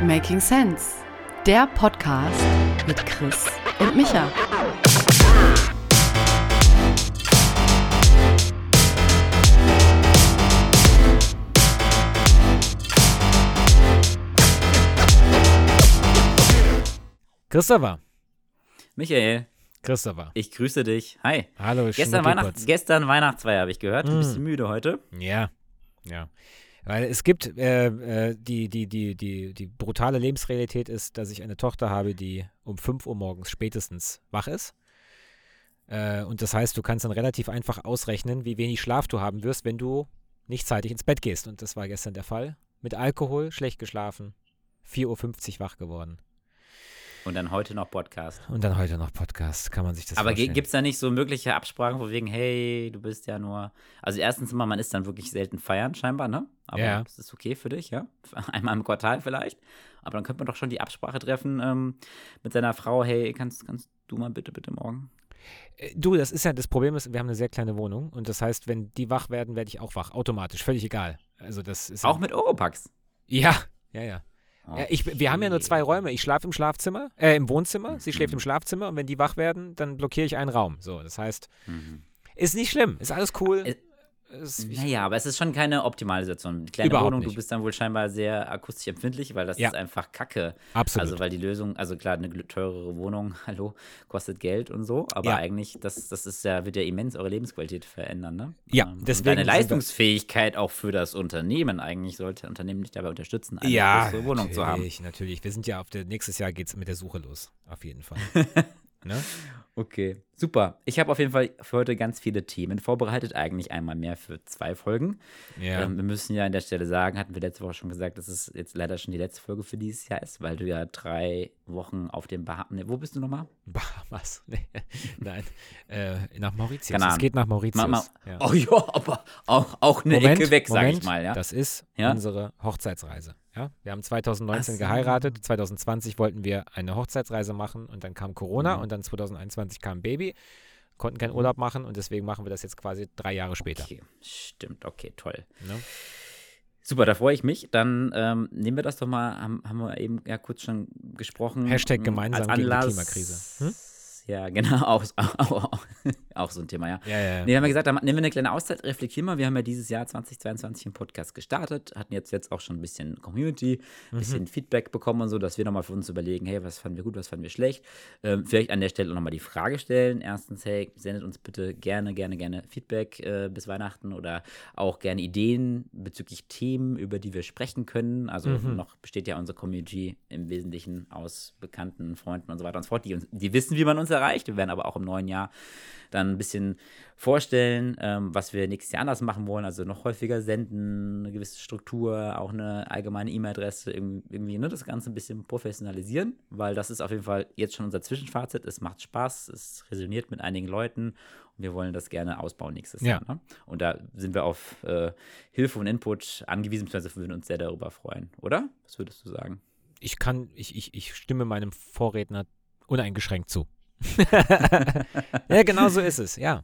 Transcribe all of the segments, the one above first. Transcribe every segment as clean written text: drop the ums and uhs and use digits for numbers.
Making Sense, der Podcast mit Chris und Micha. Christopher. Michael. Christopher. Ich grüße dich. Hi. Hallo, gestern Weihnachtsfeier habe ich gehört. Du bist müde heute. Ja. Weil es gibt, die brutale Lebensrealität ist, dass ich eine Tochter habe, die um 5 Uhr morgens spätestens wach ist. Und das heißt, du kannst dann relativ einfach ausrechnen, wie wenig Schlaf du haben wirst, wenn du nicht zeitig ins Bett gehst. Und das war gestern der Fall. Mit Alkohol, schlecht geschlafen, 4:50 Uhr wach geworden. Und dann heute noch Podcast. Kann man sich das Aber vorstellen. gibt es da nicht so mögliche Absprachen, von wegen, hey, du bist ja nur. Also, erstens mal, man ist dann wirklich selten feiern, scheinbar, ne? Aber ja. Das ist okay für dich, ja? Einmal im Quartal vielleicht. Aber dann könnte man doch schon die Absprache treffen mit seiner Frau, hey, kannst du mal bitte morgen? Du, das ist ja, das Problem ist, wir haben eine sehr kleine Wohnung. Und das heißt, wenn die wach werden, werde ich auch wach. Automatisch, völlig egal. Also, das ist. Auch mit Oropax? Ja. Okay. Ja, wir haben ja nur 2 Räume. Ich schlafe im Wohnzimmer, sie schläft im Schlafzimmer und wenn die wach werden, dann blockiere ich einen Raum. So, das heißt, ist nicht schlimm, ist alles cool. Naja, aber es ist schon keine optimale Situation. Die kleine Überhaupt Wohnung, nicht. Du bist dann wohl scheinbar sehr akustisch empfindlich, weil das ist einfach Kacke. Absolut. Also, weil die Lösung, also klar, eine teurere Wohnung, kostet Geld und so, aber eigentlich, das ist ja, wird ja immens eure Lebensqualität verändern, ne? Ja, deswegen. Und deine Leistungsfähigkeit auch für das Unternehmen, eigentlich sollte Unternehmen dich dabei unterstützen, eine größere Wohnung zu haben. Natürlich. Wir sind ja nächstes Jahr geht es mit der Suche los. Auf jeden Fall. Ne? Okay, super. Ich habe auf jeden Fall für heute ganz viele Themen vorbereitet, eigentlich einmal mehr für 2 Folgen. Ja. Wir müssen ja an der Stelle sagen, hatten wir letzte Woche schon gesagt, dass es jetzt leider schon die letzte Folge für dieses Jahr ist, weil du ja 3 Wochen auf den Bahamas, wo bist du nochmal? Bahamas, nee, nein, nach Mauritius. Keine Ahnung. Es geht nach Mauritius. Ja. Oh ja, aber auch eine Ecke weg, sag ich mal. Ja? Das ist unsere Hochzeitsreise. Ja? Wir haben 2019 geheiratet, 2020 wollten wir eine Hochzeitsreise machen und dann kam Corona und dann 2021 kam Baby, konnten keinen Urlaub machen und deswegen machen wir das jetzt quasi 3 Jahre später. Okay, stimmt, okay, toll. Ne? Super, da freue ich mich. Dann nehmen wir das doch mal, haben wir eben ja kurz schon gesprochen. Hashtag gemeinsam gegen die Klimakrise. Ja, genau, auch so ein Thema, ja. Ja. Nee, haben wir gesagt, dann nehmen wir eine kleine Auszeit, reflektieren mal. Wir haben ja dieses Jahr 2022 einen Podcast gestartet, hatten jetzt auch schon ein bisschen Community, ein bisschen Feedback bekommen und so, dass wir nochmal für uns überlegen, hey, was fanden wir gut, was fanden wir schlecht. Vielleicht an der Stelle nochmal die Frage stellen. Erstens, hey, sendet uns bitte gerne Feedback bis Weihnachten oder auch gerne Ideen bezüglich Themen, über die wir sprechen können. Also noch besteht ja unsere Community im Wesentlichen aus Bekannten, Freunden und so weiter und so fort. Die wissen, wie man uns erreicht. Wir werden aber auch im neuen Jahr dann ein bisschen vorstellen, was wir nächstes Jahr anders machen wollen. Also noch häufiger senden, eine gewisse Struktur, auch eine allgemeine E-Mail-Adresse, irgendwie das Ganze ein bisschen professionalisieren, weil das ist auf jeden Fall jetzt schon unser Zwischenfazit. Es macht Spaß, es resoniert mit einigen Leuten und wir wollen das gerne ausbauen nächstes Jahr. Ne? Und da sind wir auf Hilfe und Input angewiesen, beziehungsweise würden uns sehr darüber freuen, oder? Was würdest du sagen? Ich stimme meinem Vorredner uneingeschränkt zu. Ja, genau so ist es, ja.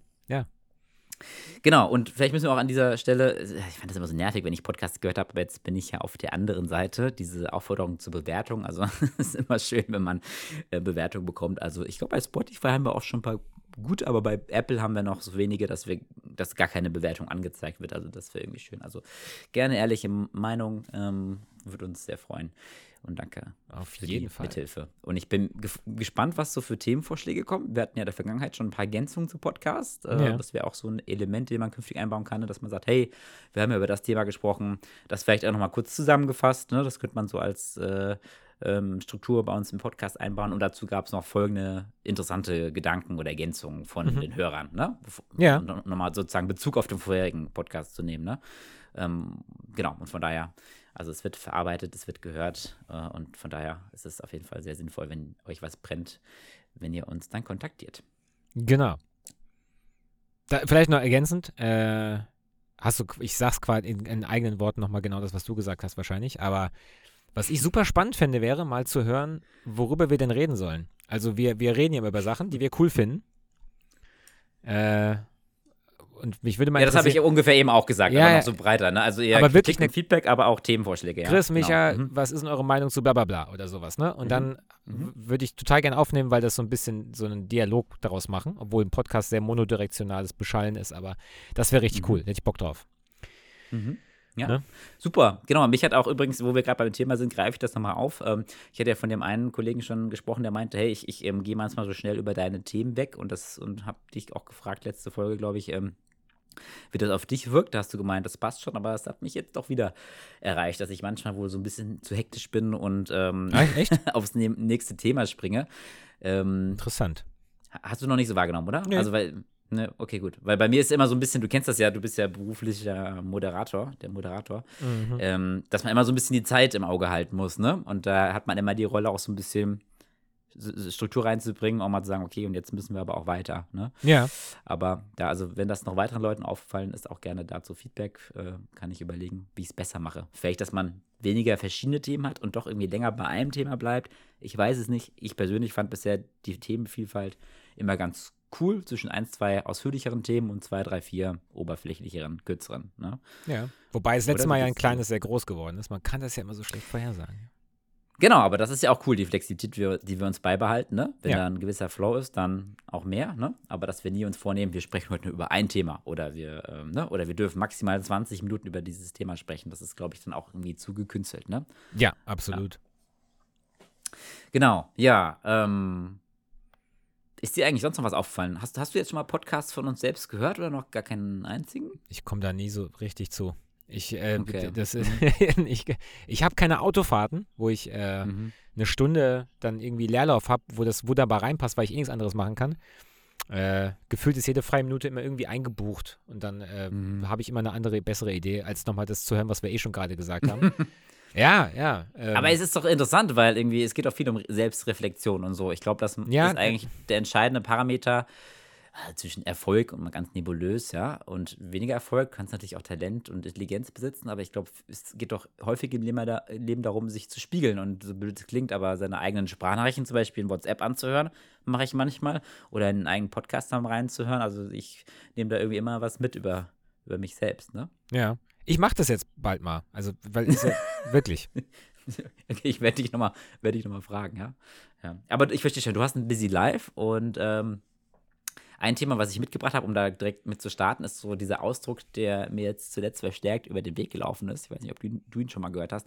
Genau, und vielleicht müssen wir auch an dieser Stelle, ich fand das immer so nervig, wenn ich Podcasts gehört habe, aber jetzt bin ich ja auf der anderen Seite, diese Aufforderung zur Bewertung, also es ist immer schön, wenn man Bewertung bekommt, also ich glaube, bei Spotify haben wir auch schon ein paar gut, aber bei Apple haben wir noch so wenige, dass gar keine Bewertung angezeigt wird, also das wäre irgendwie schön, also gerne ehrliche Meinung, würde uns sehr freuen. Und danke für die Mithilfe. Und ich bin gespannt, was so für Themenvorschläge kommen. Wir hatten ja in der Vergangenheit schon ein paar Ergänzungen zu Podcast. Das wäre auch so ein Element, den man künftig einbauen kann, dass man sagt, hey, wir haben ja über das Thema gesprochen. Das vielleicht auch nochmal kurz zusammengefasst. Ne? Das könnte man so als Struktur bei uns im Podcast einbauen. Und dazu gab es noch folgende interessante Gedanken oder Ergänzungen von den Hörern. Ne? Ja. Nochmal sozusagen Bezug auf den vorherigen Podcast zu nehmen. Ne? Genau, und von daher, also es wird verarbeitet, es wird gehört und von daher ist es auf jeden Fall sehr sinnvoll, wenn euch was brennt, wenn ihr uns dann kontaktiert. Genau. Vielleicht noch ergänzend, ich sag's quasi in eigenen Worten nochmal genau das, was du gesagt hast wahrscheinlich, aber was ich super spannend fände, wäre mal zu hören, worüber wir denn reden sollen. Also wir reden ja immer über Sachen, die wir cool finden. Und mich würde mal Ja, das habe ich interessieren, ungefähr eben auch gesagt, Ja, aber ja. noch so breiter, ne? Also eher Aber wirklich Kritik und Feedback, aber auch Themenvorschläge, ja. Chris, Micha, Genau. was ist denn eure Meinung zu bla bla bla oder sowas, ne? Und dann Mhm. würde ich total gerne aufnehmen, weil das so ein bisschen so einen Dialog daraus machen, obwohl ein Podcast sehr monodirektionales Beschallen ist, aber das wäre richtig cool, da hätte ich Bock drauf. Mhm. Ja, Ne? super. Genau, mich hat auch übrigens, wo wir gerade beim Thema sind, greife ich das nochmal auf. Ich hatte ja von dem einen Kollegen schon gesprochen, der meinte, hey, ich gehe manchmal so schnell über deine Themen weg und habe dich auch gefragt, letzte Folge, glaube ich, wie das auf dich wirkt. Da hast du gemeint, das passt schon, aber das hat mich jetzt doch wieder erreicht, dass ich manchmal wohl so ein bisschen zu hektisch bin und Echt? aufs nächste Thema springe. Interessant. Hast du noch nicht so wahrgenommen, oder? Nee. Also, weil, ne, okay, gut. Weil bei mir ist immer so ein bisschen, du kennst das ja, du bist ja beruflicher Moderator, der Moderator, dass man immer so ein bisschen die Zeit im Auge halten muss, ne? Und da hat man immer die Rolle auch so ein bisschen Struktur reinzubringen, auch mal zu sagen, okay, und jetzt müssen wir aber auch weiter, ne? Ja. Aber da, also wenn das noch weiteren Leuten aufgefallen ist, auch gerne dazu Feedback, kann ich überlegen, wie ich es besser mache. Vielleicht, dass man weniger verschiedene Themen hat und doch irgendwie länger bei einem Thema bleibt. Ich weiß es nicht. Ich persönlich fand bisher die Themenvielfalt immer ganz cool zwischen 1, 2 ausführlicheren Themen und 2, 3, 4 oberflächlicheren, kürzeren. Ne? Ja. Wobei das letzte Oder Mal wie ja ein geht's dir? kleines sehr groß geworden ist. Man kann das ja immer so schlecht vorhersagen. Genau, aber das ist ja auch cool, die Flexibilität, die wir uns beibehalten. Ne? Wenn Ja. da ein gewisser Flow ist, dann auch mehr. Ne? Aber dass wir nie uns vornehmen, wir sprechen heute nur über ein Thema oder wir dürfen maximal 20 Minuten über dieses Thema sprechen. Das ist, glaube ich, dann auch irgendwie zu gekünstelt. Ne? Ja, absolut. Genau, ja. Ist dir eigentlich sonst noch was aufgefallen? Hast du jetzt schon mal Podcasts von uns selbst gehört oder noch gar keinen einzigen? Ich komme da nie so richtig zu. Okay. Ich habe keine Autofahrten, wo ich eine Stunde dann irgendwie Leerlauf habe, wo das wunderbar reinpasst, weil ich eh nichts anderes machen kann. Gefühlt ist jede freie Minute immer irgendwie eingebucht und dann habe ich immer eine andere, bessere Idee, als nochmal das zu hören, was wir eh schon gerade gesagt haben. Ja. Aber es ist doch interessant, weil irgendwie es geht auch viel um Selbstreflexion und so. Ich glaube, das Ja, ist eigentlich der entscheidende Parameter zwischen Erfolg und mal ganz nebulös, ja. Und weniger Erfolg kannst natürlich auch Talent und Intelligenz besitzen, aber ich glaube, es geht doch häufig im Leben darum, sich zu spiegeln. Und so blöd es klingt, aber seine eigenen Sprachnachrichten zum Beispiel in WhatsApp anzuhören, mache ich manchmal. Oder in einen eigenen Podcast dann reinzuhören. Also ich nehme da irgendwie immer was mit über mich selbst, ne? Ja. Ich mache das jetzt bald mal. Also, weil ist ja wirklich. Okay, ich werde dich nochmal fragen, ja? Aber ich verstehe schon, du hast ein busy Life und ein Thema, was ich mitgebracht habe, um da direkt mit zu starten, ist so dieser Ausdruck, der mir jetzt zuletzt verstärkt über den Weg gelaufen ist. Ich weiß nicht, ob du ihn schon mal gehört hast.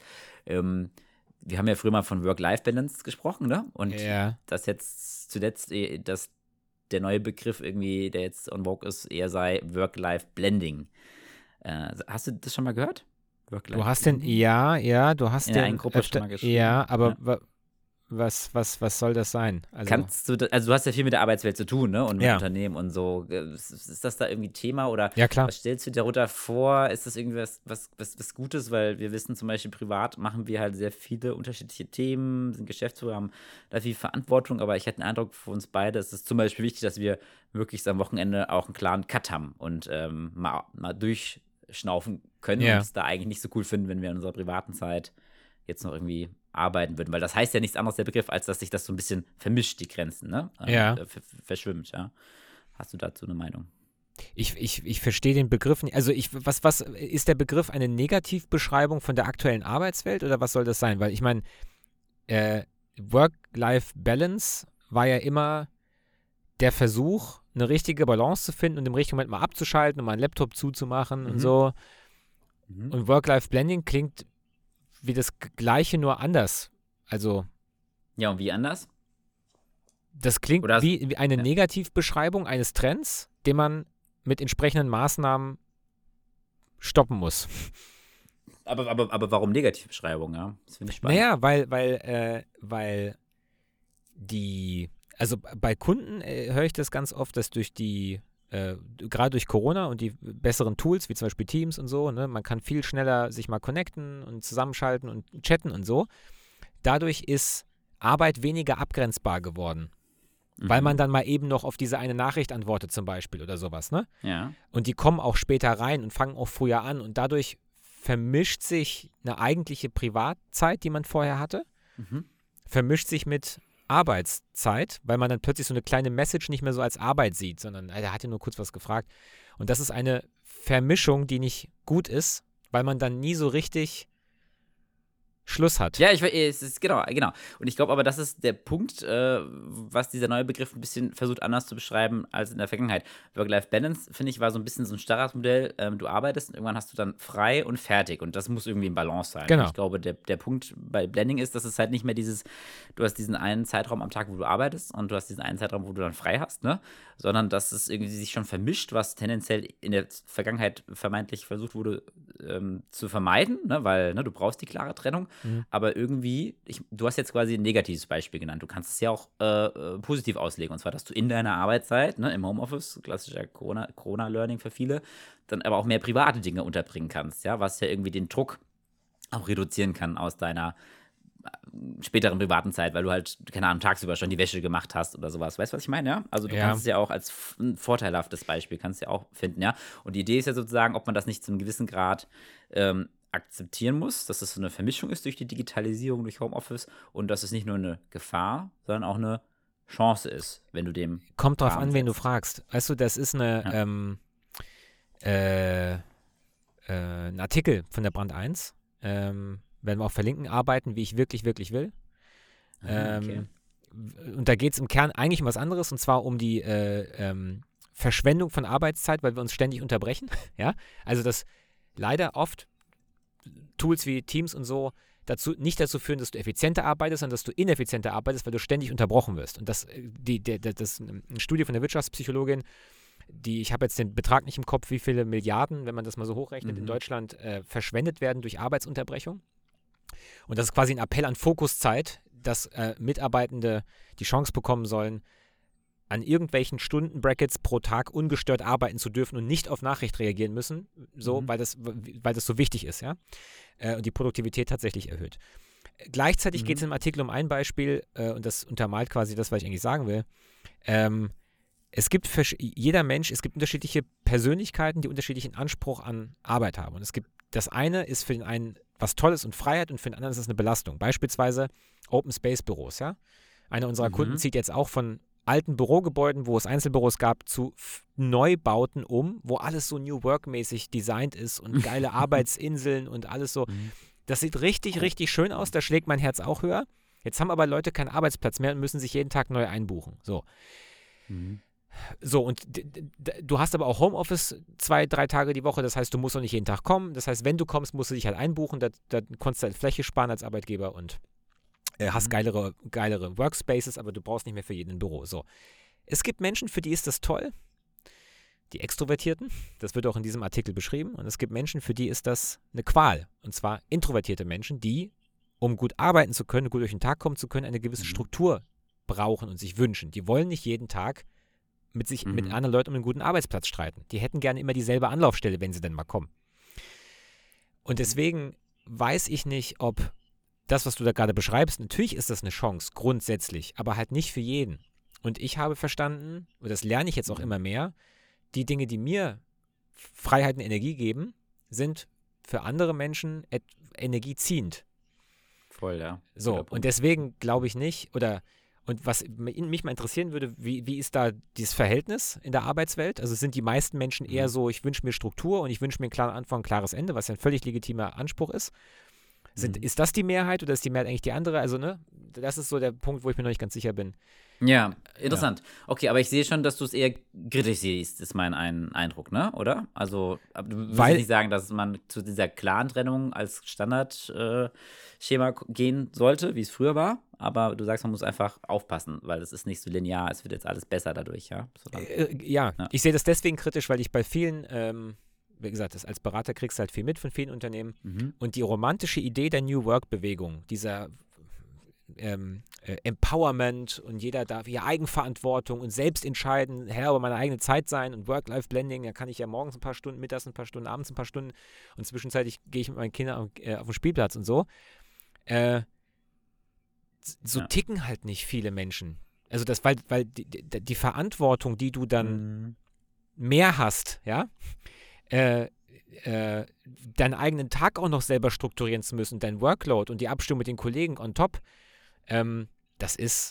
Wir haben ja früher mal von Work-Life-Balance gesprochen, ne? Und Ja. das jetzt zuletzt, dass der neue Begriff irgendwie, der jetzt on vogue ist, eher sei Work-Life-Blending. Hast du das schon mal gehört? Du hast den, ja, du hast In den der einen Gruppe schon mal geschrieben. Ja, aber Ja. was soll das sein? Also, Also du hast ja viel mit der Arbeitswelt zu tun, ne? Und mit Ja. Unternehmen und so. Ist das da irgendwie Thema oder ja, klar. was stellst du dir darunter vor? Ist das irgendwie was Gutes? Weil wir wissen zum Beispiel, privat machen wir halt sehr viele unterschiedliche Themen, sind Geschäftsführer, haben da viel Verantwortung, aber ich hatte den Eindruck, für uns beide ist es zum Beispiel wichtig, dass wir wirklich am Wochenende auch einen klaren Cut haben und mal durchschnaufen können Ja. und es da eigentlich nicht so cool finden, wenn wir in unserer privaten Zeit jetzt noch irgendwie arbeiten würden, weil das heißt ja nichts anderes, der Begriff, als dass sich das so ein bisschen vermischt, die Grenzen, ne? Ja. Verschwimmt, ja. Hast du dazu eine Meinung? Ich verstehe den Begriff nicht. Also was ist der Begriff eine Negativbeschreibung von der aktuellen Arbeitswelt oder was soll das sein? Weil ich meine, Work-Life-Balance war ja immer der Versuch, eine richtige Balance zu finden und im richtigen Moment mal abzuschalten und mal einen Laptop zuzumachen und so. Und Work-Life-Blending klingt wie das Gleiche, nur anders. Also Ja, und wie anders? das klingt Oder wie eine Negativbeschreibung eines Trends, den man mit entsprechenden Maßnahmen stoppen muss. Aber warum Negativbeschreibung, ja? Das finde ich spannend. Naja, weil also bei Kunden höre ich das ganz oft, dass gerade durch Corona und die besseren Tools, wie zum Beispiel Teams und so, ne, man kann viel schneller sich mal connecten und zusammenschalten und chatten und so. Dadurch ist Arbeit weniger abgrenzbar geworden, weil man dann mal eben noch auf diese eine Nachricht antwortet zum Beispiel oder sowas, ne? Ja. Und die kommen auch später rein und fangen auch früher an und dadurch vermischt sich eine eigentliche Privatzeit, die man vorher hatte, vermischt sich mit Arbeitszeit, weil man dann plötzlich so eine kleine Message nicht mehr so als Arbeit sieht, sondern er hat ja nur kurz was gefragt. Und das ist eine Vermischung, die nicht gut ist, weil man dann nie so richtig Schluss hat. Ja, es ist genau. Und ich glaube aber, das ist der Punkt, was dieser neue Begriff ein bisschen versucht anders zu beschreiben als in der Vergangenheit. Work-Life-Balance, finde ich, war so ein bisschen so ein starres Modell. Du arbeitest und irgendwann hast du dann frei und fertig. Und das muss irgendwie im Balance sein. Genau. Und ich glaube, der Punkt bei Blending ist, dass es halt nicht mehr du hast diesen einen Zeitraum am Tag, wo du arbeitest und du hast diesen einen Zeitraum, wo du dann frei hast, ne? Sondern dass es irgendwie sich schon vermischt, was tendenziell in der Vergangenheit vermeintlich versucht wurde zu vermeiden, ne? Weil du brauchst die klare Trennung. Aber irgendwie, du hast jetzt quasi ein negatives Beispiel genannt. Du kannst es ja auch positiv auslegen. Und zwar, dass du in deiner Arbeitszeit, ne, im Homeoffice, klassischer Corona-Learning für viele, dann aber auch mehr private Dinge unterbringen kannst, ja, was ja irgendwie den Druck auch reduzieren kann aus deiner späteren privaten Zeit, weil du halt, keine Ahnung, tagsüber schon die Wäsche gemacht hast oder sowas. Weißt du, was ich meine, ja? Also du kannst es ja auch als ein vorteilhaftes Beispiel, kannst du ja auch finden, ja? Und die Idee ist ja sozusagen, ob man das nicht zu einem gewissen Grad akzeptieren muss, dass es so eine Vermischung ist durch die Digitalisierung, durch Homeoffice und dass es nicht nur eine Gefahr, sondern auch eine Chance ist, wenn du dem Kommt drauf Rahmen an, wen du setzt. fragst. Weißt du, das ist ein Artikel von der Brand 1. Werden wir auch verlinken, Arbeiten, wie ich wirklich, wirklich will. Okay. Und da geht es im Kern eigentlich um was anderes, und zwar um die Verschwendung von Arbeitszeit, weil wir uns ständig unterbrechen. Ja? Also, dass leider oft Tools wie Teams und so nicht dazu führen, dass du effizienter arbeitest, sondern dass du ineffizienter arbeitest, weil du ständig unterbrochen wirst. Und das ist eine Studie von der Wirtschaftspsychologin, ich habe jetzt den Betrag nicht im Kopf, wie viele Milliarden, wenn man das mal so hochrechnet, in Deutschland verschwendet werden durch Arbeitsunterbrechung. Und das ist quasi ein Appell an Fokuszeit, dass Mitarbeitende die Chance bekommen sollen, an irgendwelchen Stundenbrackets pro Tag ungestört arbeiten zu dürfen und nicht auf Nachricht reagieren müssen, weil das so wichtig ist, ja, und die Produktivität tatsächlich erhöht. Gleichzeitig geht es im Artikel um ein Beispiel, und das untermalt quasi das, was ich eigentlich sagen will. Es gibt unterschiedliche Persönlichkeiten, die unterschiedlichen Anspruch an Arbeit haben. Und das eine ist für den einen was Tolles und Freiheit, und für den anderen ist es eine Belastung. Beispielsweise Open Space Büros, ja. Einer unserer Kunden zieht jetzt auch von alten Bürogebäuden, wo es Einzelbüros gab, zu Neubauten wo alles so New Work-mäßig designt ist und geile Arbeitsinseln und alles so. Das sieht richtig, richtig schön aus, da schlägt mein Herz auch höher. Jetzt haben aber Leute keinen Arbeitsplatz mehr und müssen sich jeden Tag neu einbuchen. So. So, und du hast aber auch Homeoffice 2-3 Tage die Woche, das heißt, du musst auch nicht jeden Tag kommen. Das heißt, wenn du kommst, musst du dich halt einbuchen, da konntest du halt Fläche sparen als Arbeitgeber und hast geilere Workspaces, aber du brauchst nicht mehr für jeden ein Büro. So. Es gibt Menschen, für die ist das toll, die Extrovertierten, das wird auch in diesem Artikel beschrieben, und es gibt Menschen, für die ist das eine Qual, und zwar introvertierte Menschen, die, um gut arbeiten zu können, gut durch den Tag kommen zu können, eine gewisse Struktur brauchen und sich wünschen. Die wollen nicht jeden Tag mit anderen Leuten um einen guten Arbeitsplatz streiten. Die hätten gerne immer dieselbe Anlaufstelle, wenn sie denn mal kommen. Und deswegen weiß ich nicht, ob das, was du da gerade beschreibst, natürlich ist das eine Chance, grundsätzlich, aber halt nicht für jeden. Und ich habe verstanden, und das lerne ich jetzt auch immer mehr, die Dinge, die mir Freiheit und Energie geben, sind für andere Menschen energieziehend. Voll, ja. So, und deswegen glaube ich nicht, und was mich mal interessieren würde, wie ist da dieses Verhältnis in der Arbeitswelt? Also sind die meisten Menschen eher so, ich wünsche mir Struktur und ich wünsche mir einen klaren Anfang, ein klares Ende, was ja ein völlig legitimer Anspruch ist. Ist das die Mehrheit oder ist die Mehrheit eigentlich die andere? Also, ne, das ist so der Punkt, wo ich mir noch nicht ganz sicher bin. Ja, interessant. Ja. Okay, aber ich sehe schon, dass du es eher kritisch siehst, ist mein Eindruck, ne? Oder? Also, du willst nicht sagen, dass man zu dieser klaren Trennung als Standardschema gehen sollte, wie es früher war, aber du sagst, man muss einfach aufpassen, weil es ist nicht so linear, es wird jetzt alles besser dadurch, ja? Ja, ich sehe das deswegen kritisch, weil ich bei vielen wie gesagt, als Berater kriegst du halt viel mit von vielen Unternehmen. Und die romantische Idee der New Work-Bewegung, dieser Empowerment und jeder darf hier Eigenverantwortung und selbst entscheiden, Herr über meine eigene Zeit sein und Work-Life-Blending, da kann ich ja morgens ein paar Stunden, mittags ein paar Stunden, abends ein paar Stunden und zwischenzeitlich gehe ich mit meinen Kindern auf den Spielplatz und so. Ticken halt nicht viele Menschen. Also weil die Verantwortung, die du dann mehr hast, ja, deinen eigenen Tag auch noch selber strukturieren zu müssen, dein Workload und die Abstimmung mit den Kollegen on top, das ist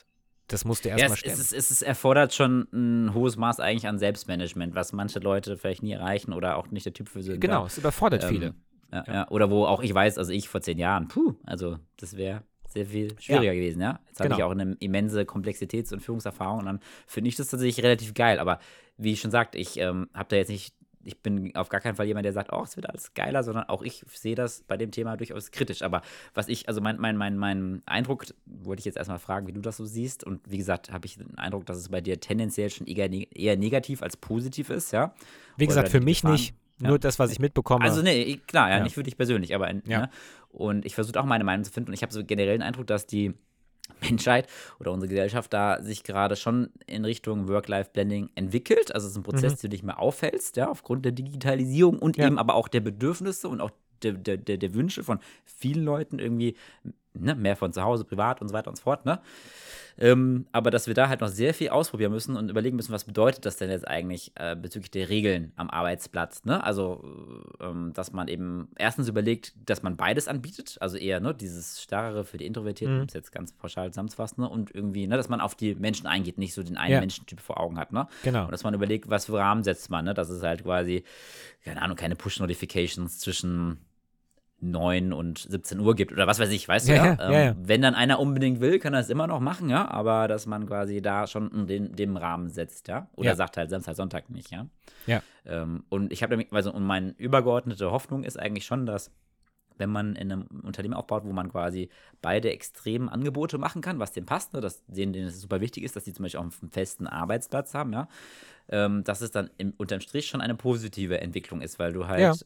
das musst du Ja, erstmal stemmen. es erfordert schon ein hohes Maß eigentlich an Selbstmanagement, was manche Leute vielleicht nie erreichen oder auch nicht der Typ für sind. Genau, es überfordert viele. Ja. Oder wo auch ich weiß, also ich vor 10 Jahren, also das wäre sehr viel schwieriger gewesen, ja. Jetzt habe ich auch eine immense Komplexitäts- und Führungserfahrung und dann finde ich das tatsächlich relativ geil. Aber wie ich schon sagte, ich habe da jetzt nicht, ich bin auf gar keinen Fall jemand, der sagt, es wird alles geiler, sondern auch ich sehe das bei dem Thema durchaus kritisch. Aber also mein Eindruck, wollte ich jetzt erstmal fragen, wie du das so siehst. Und wie gesagt, habe ich den Eindruck, dass es bei dir tendenziell schon eher negativ als positiv ist, ja. Wie gesagt, für mich nicht. Nur das, was ich mitbekomme. Also klar, nicht für dich persönlich, aber ne? Und ich versuche auch meine Meinung zu finden und ich habe so generell den Eindruck, dass die Menschheit oder unsere Gesellschaft da sich gerade schon in Richtung Work-Life-Blending entwickelt. Also es ist ein Prozess, den du nicht mehr aufhältst, ja, aufgrund der Digitalisierung und eben aber auch der Bedürfnisse und auch der Wünsche von vielen Leuten irgendwie, ne, mehr von zu Hause, privat und so weiter und so fort, ne? Aber dass wir da halt noch sehr viel ausprobieren müssen und überlegen müssen, was bedeutet das denn jetzt eigentlich bezüglich der Regeln am Arbeitsplatz, ne? Also, dass man eben erstens überlegt, dass man beides anbietet, also eher, ne, dieses Starrere für die Introvertierten, um es jetzt ganz pauschal zusammenzufassen, ne? Und irgendwie, ne, dass man auf die Menschen eingeht, nicht so den einen Menschentyp vor Augen hat, ne? Genau. Und dass man überlegt, was für Rahmen setzt man, ne? Dass es halt quasi, keine Ahnung, keine Push-Notifications zwischen 9 und 17 Uhr gibt oder was weiß ich, weißt du, ja? Wenn dann einer unbedingt will, kann er es immer noch machen, ja, aber dass man quasi da schon dem Rahmen setzt, ja, oder sagt halt Samstag, Sonntag nicht, ja. Und ich habe nämlich, und meine übergeordnete Hoffnung ist eigentlich schon, dass wenn man in einem Unternehmen aufbaut, wo man quasi beide extremen Angebote machen kann, was denen passt, ne, dass denen es super wichtig ist, dass die zum Beispiel auch einen festen Arbeitsplatz haben, ja, dass es dann unterm Strich schon eine positive Entwicklung ist, weil du halt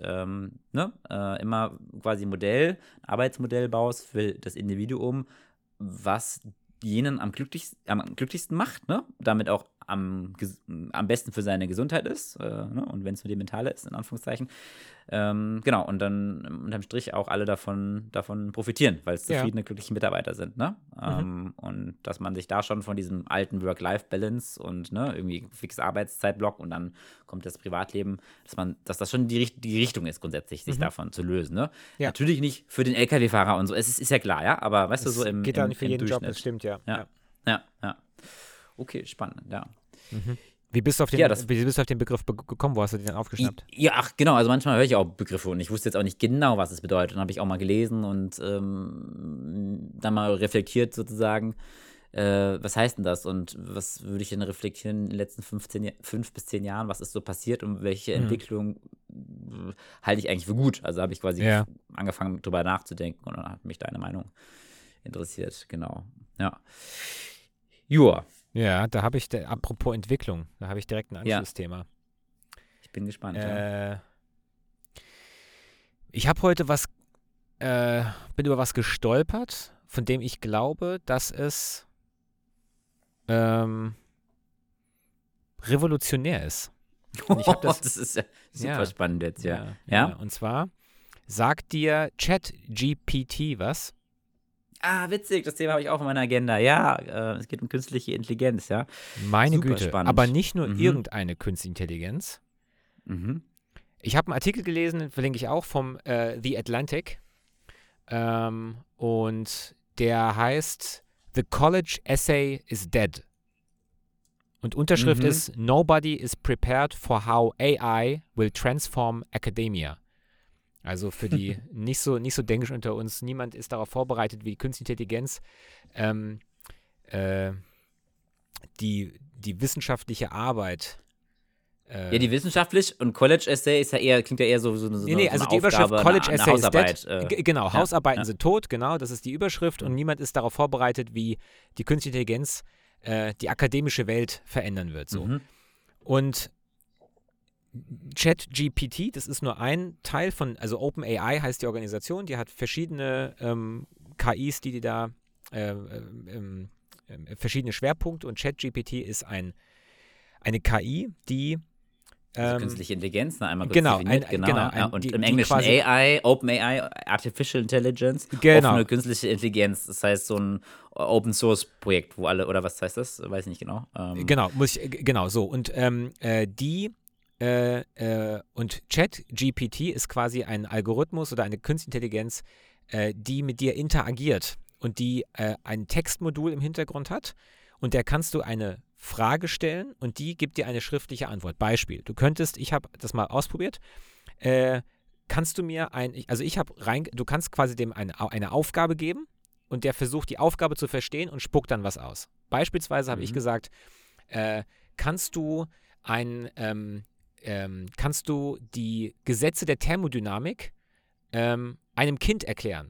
immer quasi ein Arbeitsmodell baust für das Individuum, was jenen am glücklichsten macht, ne? Damit auch am besten für seine Gesundheit ist, ne? Und wenn es nur die mentale ist, in Anführungszeichen. Genau, und dann unterm Strich auch alle davon profitieren, weil es zufriedene, glückliche Mitarbeiter sind, ne? Und dass man sich da schon von diesem alten Work-Life-Balance und, ne, irgendwie fixer Arbeitszeitblock und dann kommt das Privatleben, dass das schon die Richtung ist, grundsätzlich, sich davon zu lösen, ne? Ja. Natürlich nicht für den LKW-Fahrer und so, es ist ja klar, ja, aber weißt du, so im geht auch nicht für jeden Durchschnitt. Job, das stimmt, ja. Okay, spannend, ja. Wie bist du auf den Begriff gekommen? Wo hast du den dann aufgeschnappt? Ja, genau. Also manchmal höre ich auch Begriffe und ich wusste jetzt auch nicht genau, was es bedeutet. Und dann habe ich auch mal gelesen und dann mal reflektiert sozusagen, was heißt denn das und was würde ich denn reflektieren in den letzten 5 bis 10 Jahren? Was ist so passiert und welche Entwicklung halte ich eigentlich für gut? Also habe ich quasi angefangen, drüber nachzudenken und dann hat mich deine Meinung interessiert. Genau, ja. Joa. Ja, da habe ich, apropos Entwicklung, da habe ich direkt ein Anschlussthema. Ich bin gespannt. Ich habe heute bin über was gestolpert, von dem ich glaube, dass es revolutionär ist. Und ich das ist ja super spannend jetzt, ja. Und zwar sagt dir ChatGPT was? Ah, witzig, das Thema habe ich auch auf meiner Agenda. Ja, es geht um künstliche Intelligenz, ja. Meine Super Güte, spannend. aber nicht nur irgendeine künstliche Intelligenz. Ich habe einen Artikel gelesen, verlinke ich auch, vom The Atlantic. Und der heißt The College Essay is Dead. Und Unterschrift ist Nobody is prepared for how AI will transform academia. Also für die nicht so denkisch unter uns, niemand ist darauf vorbereitet, wie die künstliche Intelligenz die wissenschaftliche Arbeit ja, die wissenschaftlich und College Essay ist klingt ja eher so eine also eine die Überschrift Aufgabe, College eine Essay Hausarbeit. ist dead. Genau, Hausarbeiten sind tot, genau, das ist die Überschrift und niemand ist darauf vorbereitet, wie die künstliche Intelligenz die akademische Welt verändern wird. So. Und ChatGPT, das ist nur ein Teil von, also OpenAI heißt die Organisation, die hat verschiedene KIs, die da verschiedene Schwerpunkte und ChatGPT ist eine KI, die also künstliche Intelligenz, einmal kurz genau, definiert, und im Englischen AI, OpenAI, Artificial Intelligence, offene künstliche Intelligenz, das heißt so ein Open-Source-Projekt, wo alle, oder was heißt das? Weiß ich nicht genau. Genau so und und ChatGPT ist quasi ein Algorithmus oder eine Künstliche Intelligenz, die mit dir interagiert und die ein Textmodul im Hintergrund hat und der kannst du eine Frage stellen und die gibt dir eine schriftliche Antwort. Beispiel, ich habe das mal ausprobiert, kannst du mir du kannst quasi dem eine Aufgabe geben und der versucht die Aufgabe zu verstehen und spuckt dann was aus. Beispielsweise habe ich gesagt, kannst du die Gesetze der Thermodynamik einem Kind erklären?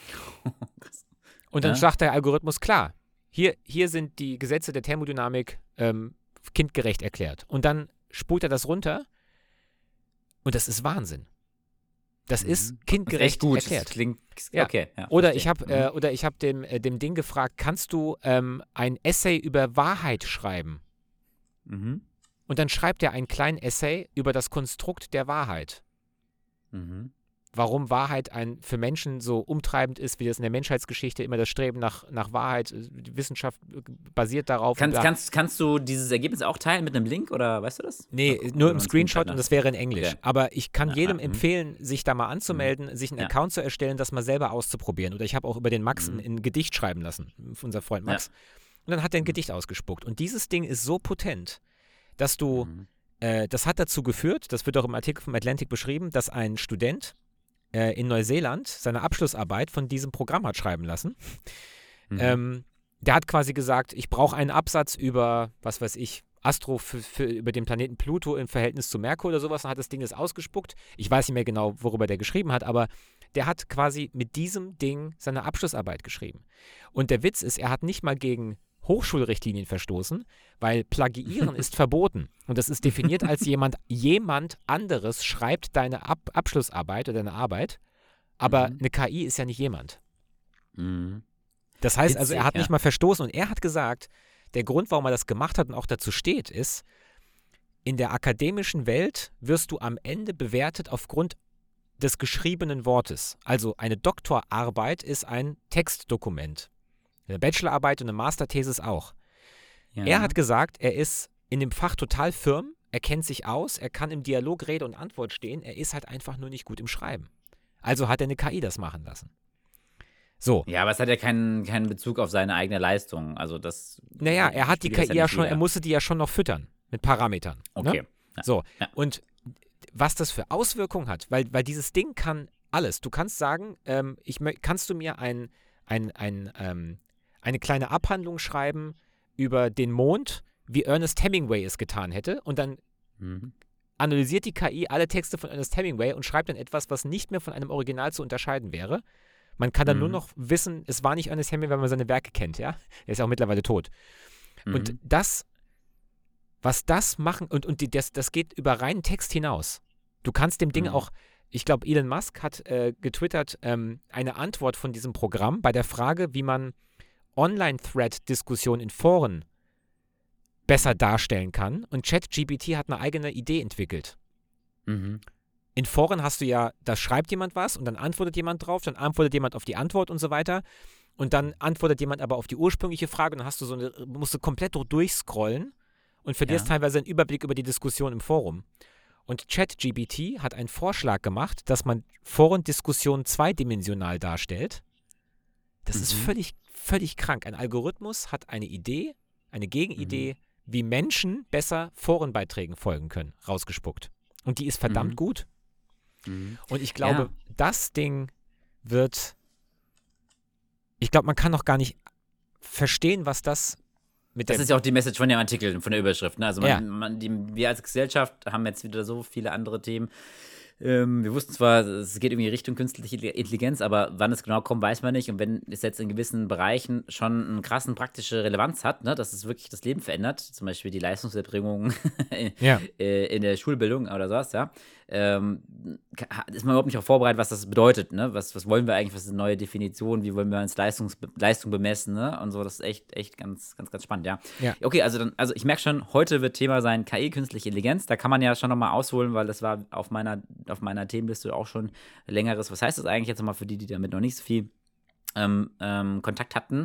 Und dann sagt der Algorithmus, klar, hier sind die Gesetze der Thermodynamik kindgerecht erklärt. Und dann spult er das runter und das ist Wahnsinn. Das ist kindgerecht gut. erklärt. Das klingt, ja. Okay. Ja, oder ich habe dem Ding gefragt, kannst du ein Essay über Wahrheit schreiben? Mhm. Und dann schreibt er einen kleinen Essay über das Konstrukt der Wahrheit. Mhm. Warum Wahrheit für Menschen so umtreibend ist, wie das in der Menschheitsgeschichte immer das Streben nach Wahrheit, die Wissenschaft basiert darauf. Kannst du dieses Ergebnis auch teilen mit einem Link oder weißt du das? Nee, nur im Screenshot und das wäre in Englisch. Okay. Aber ich kann jedem empfehlen, sich da mal anzumelden, sich einen Ja. Account zu erstellen, das mal selber auszuprobieren. Oder ich habe auch über den Max ein Gedicht schreiben lassen, unser Freund Max. Ja. Und dann hat er ein Gedicht ausgespuckt. Und dieses Ding ist so potent, dass das hat dazu geführt, das wird auch im Artikel vom Atlantic beschrieben, dass ein Student in Neuseeland seine Abschlussarbeit von diesem Programm hat schreiben lassen. Der hat quasi gesagt, ich brauche einen Absatz über, was weiß ich, über den Planeten Pluto im Verhältnis zu Merkur oder sowas, und hat das Ding jetzt ausgespuckt. Ich weiß nicht mehr genau, worüber der geschrieben hat, aber der hat quasi mit diesem Ding seine Abschlussarbeit geschrieben. Und der Witz ist, er hat nicht mal gegen Hochschulrichtlinien verstoßen, weil Plagiieren ist verboten. Und das ist definiert als jemand anderes schreibt deine Abschlussarbeit oder deine Arbeit, aber eine KI ist ja nicht jemand. Das heißt also, er hat nicht mal verstoßen und er hat gesagt, der Grund, warum er das gemacht hat und auch dazu steht, ist, in der akademischen Welt wirst du am Ende bewertet aufgrund des geschriebenen Wortes. Also eine Doktorarbeit ist ein Textdokument. Eine Bachelorarbeit und eine Masterthesis auch. Ja. Er hat gesagt, er ist in dem Fach total firm, er kennt sich aus, er kann im Dialog Rede und Antwort stehen, er ist halt einfach nur nicht gut im Schreiben. Also hat er eine KI das machen lassen. So. Ja, aber es hat ja keinen Bezug auf seine eigene Leistung. Also das. Naja, er hat die KI ja schon, er musste die ja schon noch füttern mit Parametern. Okay. Ne? Ja. So. Ja. Und was das für Auswirkungen hat, weil dieses Ding kann alles. Du kannst sagen, kannst du mir eine kleine Abhandlung schreiben über den Mond, wie Ernest Hemingway es getan hätte, und dann analysiert die KI alle Texte von Ernest Hemingway und schreibt dann etwas, was nicht mehr von einem Original zu unterscheiden wäre. Man kann dann nur noch wissen, es war nicht Ernest Hemingway, weil man seine Werke kennt, ja? Er ist ja auch mittlerweile tot. Und was das machen, das geht über reinen Text hinaus. Du kannst dem Ding auch, ich glaube, Elon Musk hat getwittert, eine Antwort von diesem Programm bei der Frage, wie man Online-Thread-Diskussionen in Foren besser darstellen kann. Und ChatGPT hat eine eigene Idee entwickelt. In Foren hast du ja, da schreibt jemand was und dann antwortet jemand drauf, dann antwortet jemand auf die Antwort und so weiter. Und dann antwortet jemand aber auf die ursprüngliche Frage und dann hast du musst du komplett durchscrollen und verlierst teilweise einen Überblick über die Diskussion im Forum. Und ChatGPT hat einen Vorschlag gemacht, dass man Forendiskussionen zweidimensional darstellt. Das ist völlig, völlig krank. Ein Algorithmus hat eine Idee, eine Gegenidee, wie Menschen besser Forenbeiträgen folgen können, rausgespuckt. Und die ist verdammt gut. Und ich glaube, das Ding ich glaube, man kann noch gar nicht verstehen, was das mit Das ist ja auch die Message von dem Artikel, von der Überschrift. Ne? Also wir als Gesellschaft haben jetzt wieder so viele andere Themen. Wir wussten zwar, es geht irgendwie Richtung künstliche Intelligenz, aber wann es genau kommt, weiß man nicht. Und wenn es jetzt in gewissen Bereichen schon eine krassen praktische Relevanz hat, ne, dass es wirklich das Leben verändert, zum Beispiel die Leistungserbringung in der Schulbildung oder sowas, ist man überhaupt nicht auch vorbereitet, was das bedeutet. Ne? Was wollen wir eigentlich, was ist eine neue Definition, wie wollen wir uns Leistung bemessen, ne? Und so, das ist echt ganz, ganz, ganz spannend, ja. Okay, also ich merke schon, heute wird Thema sein KI, künstliche Intelligenz. Da kann man ja schon nochmal ausholen, weil das war auf meiner Themenliste auch schon längeres. Was heißt das eigentlich jetzt nochmal für die damit noch nicht so viel Kontakt hatten?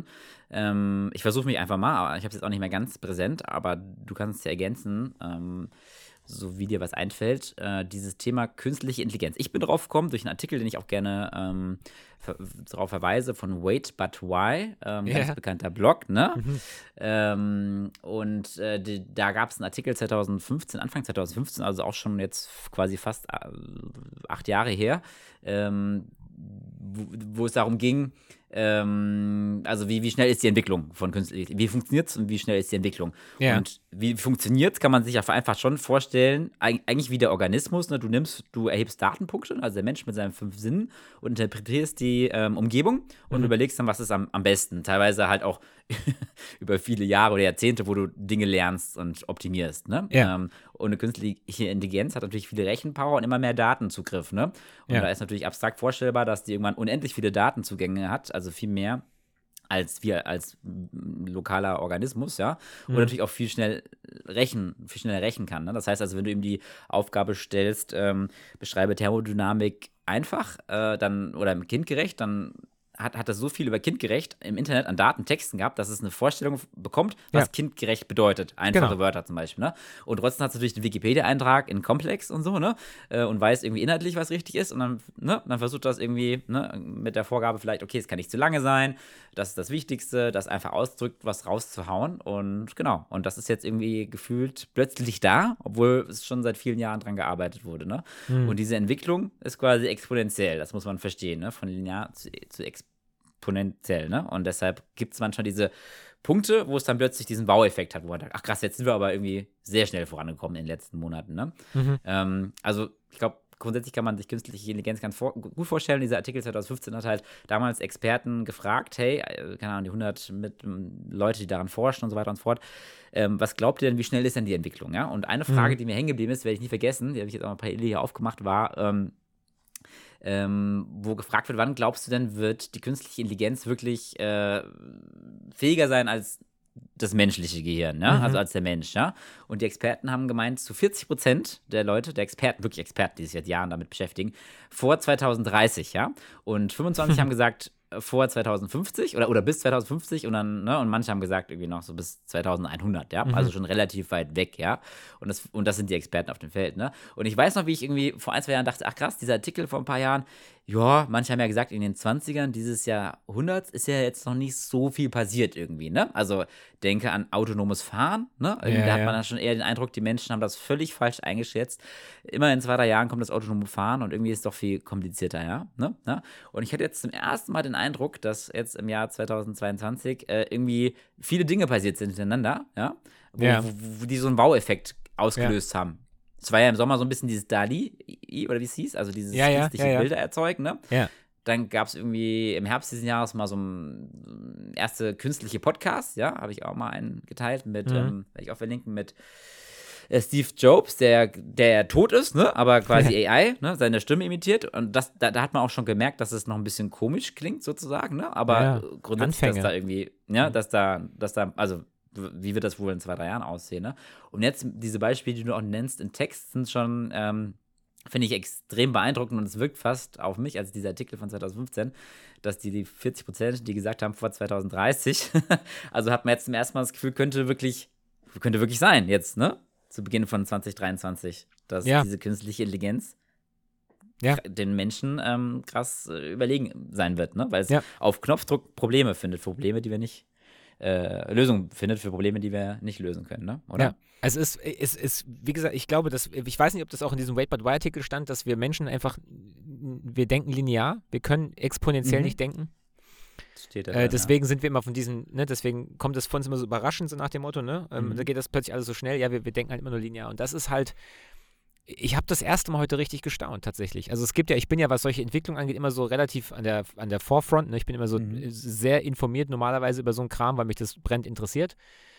Ich versuche mich einfach mal, aber ich habe es jetzt auch nicht mehr ganz präsent, aber du kannst es ja ergänzen. so wie dir was einfällt, dieses Thema künstliche Intelligenz. Ich bin drauf gekommen durch einen Artikel, den ich auch gerne darauf verweise, von Wait But Why, ganz bekannter Blog, ne? Da gab es einen Artikel 2015, Anfang 2015, also auch schon jetzt quasi fast 8 Jahre her, wo es darum ging, also wie schnell ist die Entwicklung von künstlicher Intelligenz? Wie funktioniert es und wie schnell ist die Entwicklung? Ja. Und wie funktioniert es, kann man sich ja vereinfacht schon vorstellen, eigentlich wie der Organismus, ne? Du erhebst Datenpunkte, also der Mensch mit seinen 5 Sinnen und interpretierst die Umgebung und überlegst dann, was ist am besten. Teilweise halt auch über viele Jahre oder Jahrzehnte, wo du Dinge lernst und optimierst, ne? Ja. Und eine künstliche Intelligenz hat natürlich viele Rechenpower und immer mehr Datenzugriff, ne? Und da ist natürlich abstrakt vorstellbar, dass die irgendwann unendlich viele Datenzugänge hat, also viel mehr als wir als lokaler Organismus, ja, und natürlich auch viel schneller rechnen kann. Ne? Das heißt also, wenn du ihm die Aufgabe stellst, beschreibe Thermodynamik einfach, dann oder kindgerecht, dann hat das so viel über kindgerecht im Internet an Datentexten gehabt, dass es eine Vorstellung bekommt, was kindgerecht bedeutet. Einfache Wörter zum Beispiel, ne? Und trotzdem hat es natürlich einen Wikipedia-Eintrag in Komplex und so, ne? Und weiß irgendwie inhaltlich, was richtig ist. Und dann, ne? Dann versucht das irgendwie, ne? Mit der Vorgabe vielleicht, okay, es kann nicht zu lange sein, das ist das Wichtigste, das einfach ausdrückt, was rauszuhauen. Und genau, und das ist jetzt irgendwie gefühlt plötzlich da, obwohl es schon seit vielen Jahren dran gearbeitet wurde, ne? Und diese Entwicklung ist quasi exponentiell, das muss man verstehen, ne? Von linear zu exponentiell, ne? Und deshalb gibt es manchmal diese Punkte, wo es dann plötzlich diesen Wow-Effekt hat, wo man sagt, ach krass, jetzt sind wir aber irgendwie sehr schnell vorangekommen in den letzten Monaten, ne? Also ich glaube, grundsätzlich kann man sich künstliche Intelligenz ganz gut vorstellen. Dieser Artikel 2015 hat halt damals Experten gefragt, hey, keine Ahnung, die 100 Leute, die daran forschen und so weiter und so fort, was glaubt ihr denn, wie schnell ist denn die Entwicklung, ja? Und eine Frage, die mir hängen geblieben ist, werde ich nie vergessen, die habe ich jetzt auch mal parallel hier aufgemacht, war, wo gefragt wird, wann glaubst du denn, wird die künstliche Intelligenz wirklich fähiger sein als das menschliche Gehirn, ne? Also als der Mensch, ja. Und die Experten haben gemeint, zu 40% der Leute, der Experten, wirklich Experten, die sich seit Jahren damit beschäftigen, vor 2030, ja. Und 25 haben gesagt, vor 2050 oder bis 2050 und dann, ne, und manche haben gesagt, irgendwie noch so bis 2100, ja, also schon relativ weit weg, ja, und das sind die Experten auf dem Feld, ne, und ich weiß noch, wie ich irgendwie vor 1-2 Jahren dachte, ach krass, dieser Artikel vor ein paar Jahren, ja, manche haben ja gesagt, in den 20ern dieses Jahrhunderts ist ja jetzt noch nicht so viel passiert irgendwie, ne, also denke an autonomes Fahren, ne, da hat man dann schon eher den Eindruck, die Menschen haben das völlig falsch eingeschätzt, immer in 2-3 Jahren kommt das autonome Fahren und irgendwie ist es doch viel komplizierter, ja, ne, und ich hatte jetzt zum ersten Mal den Eindruck, dass jetzt im Jahr 2022 irgendwie viele Dinge passiert sind hintereinander, ja, wo die so einen Wow-Effekt ausgelöst haben. Es war ja im Sommer so ein bisschen dieses DALL-E, oder wie es hieß, also dieses künstliche Bilder erzeugen, ne? Ja. Dann gab es irgendwie im Herbst dieses Jahres mal so ein erste künstliche Podcast, ja, habe ich auch mal einen geteilt mit, werde ich auch verlinken, mit Steve Jobs, der tot ist, ne, aber quasi AI, ne, seine Stimme imitiert. Und da hat man auch schon gemerkt, dass es noch ein bisschen komisch klingt, sozusagen, ne? Aber grundsätzlich, Anfänge. Dass da irgendwie, ja, dass da, also wie wird das wohl in 2-3 Jahren aussehen, ne? Und jetzt diese Beispiele, die du auch nennst in Text, sind schon, finde ich extrem beeindruckend und es wirkt fast auf mich, als dieser Artikel von 2015, dass die 40%, die gesagt haben vor 2030, also hat man jetzt zum ersten Mal das Gefühl, könnte wirklich sein jetzt, ne? Zu Beginn von 2023, dass diese künstliche Intelligenz den Menschen krass überlegen sein wird, ne? Weil es auf Knopfdruck Probleme findet, für Probleme, die wir nicht Lösungen findet, für Probleme, die wir nicht lösen können, ne? Oder? Ja. Es ist, wie gesagt, ich glaube, ich weiß nicht, ob das auch in diesem Wait But Why Artikel stand, dass wir Menschen einfach, wir denken linear, wir können exponentiell nicht denken. Steht da deswegen sind wir immer von diesen, ne, deswegen kommt das von uns immer so überraschend, so nach dem Motto, ne, da geht das plötzlich alles so schnell, wir denken halt immer nur linear und das ist halt, ich habe das erste Mal heute richtig gestaunt, tatsächlich. Also es gibt ja, ich bin ja, was solche Entwicklungen angeht, immer so relauf an der Forefront, ne, ich bin immer so sehr informiert normalerweise über so einen Kram, weil mich das brennend interessiert.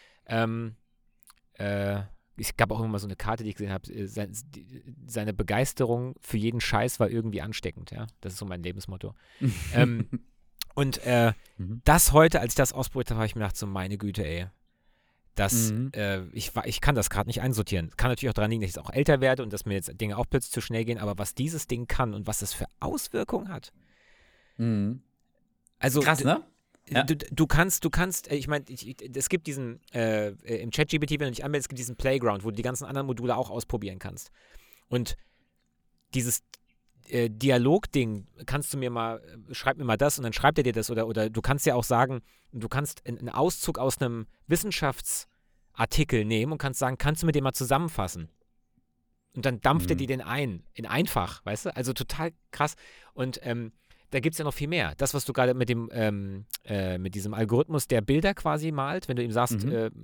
Es gab auch immer so eine Karte, die ich gesehen habe, seine Begeisterung für jeden Scheiß war irgendwie ansteckend, ja, das ist so mein Lebensmotto. Und das heute, als ich das ausprobiert habe, habe ich mir gedacht, so meine Güte, ey, ich kann das gerade nicht einsortieren. Kann natürlich auch daran liegen, dass ich jetzt auch älter werde und dass mir jetzt Dinge auch plötzlich zu schnell gehen, aber was dieses Ding kann und was es für Auswirkungen hat. Also, krass, ne? Ja. Du kannst, ich meine, es gibt diesen, im ChatGPT, wenn du dich anmeldest, es gibt diesen Playground, wo du die ganzen anderen Module auch ausprobieren kannst. Und dieses Dialogding, kannst du mir mal, schreib mir mal das und dann schreibt er dir das oder du kannst ja auch sagen, du kannst einen Auszug aus einem Wissenschaftsartikel nehmen und kannst sagen, kannst du mir den mal zusammenfassen? Und dann dampft er dir den in einfach, weißt du? Also total krass. Und da gibt es ja noch viel mehr. Das, was du gerade mit diesem Algorithmus, der Bilder quasi malt, wenn du ihm sagst,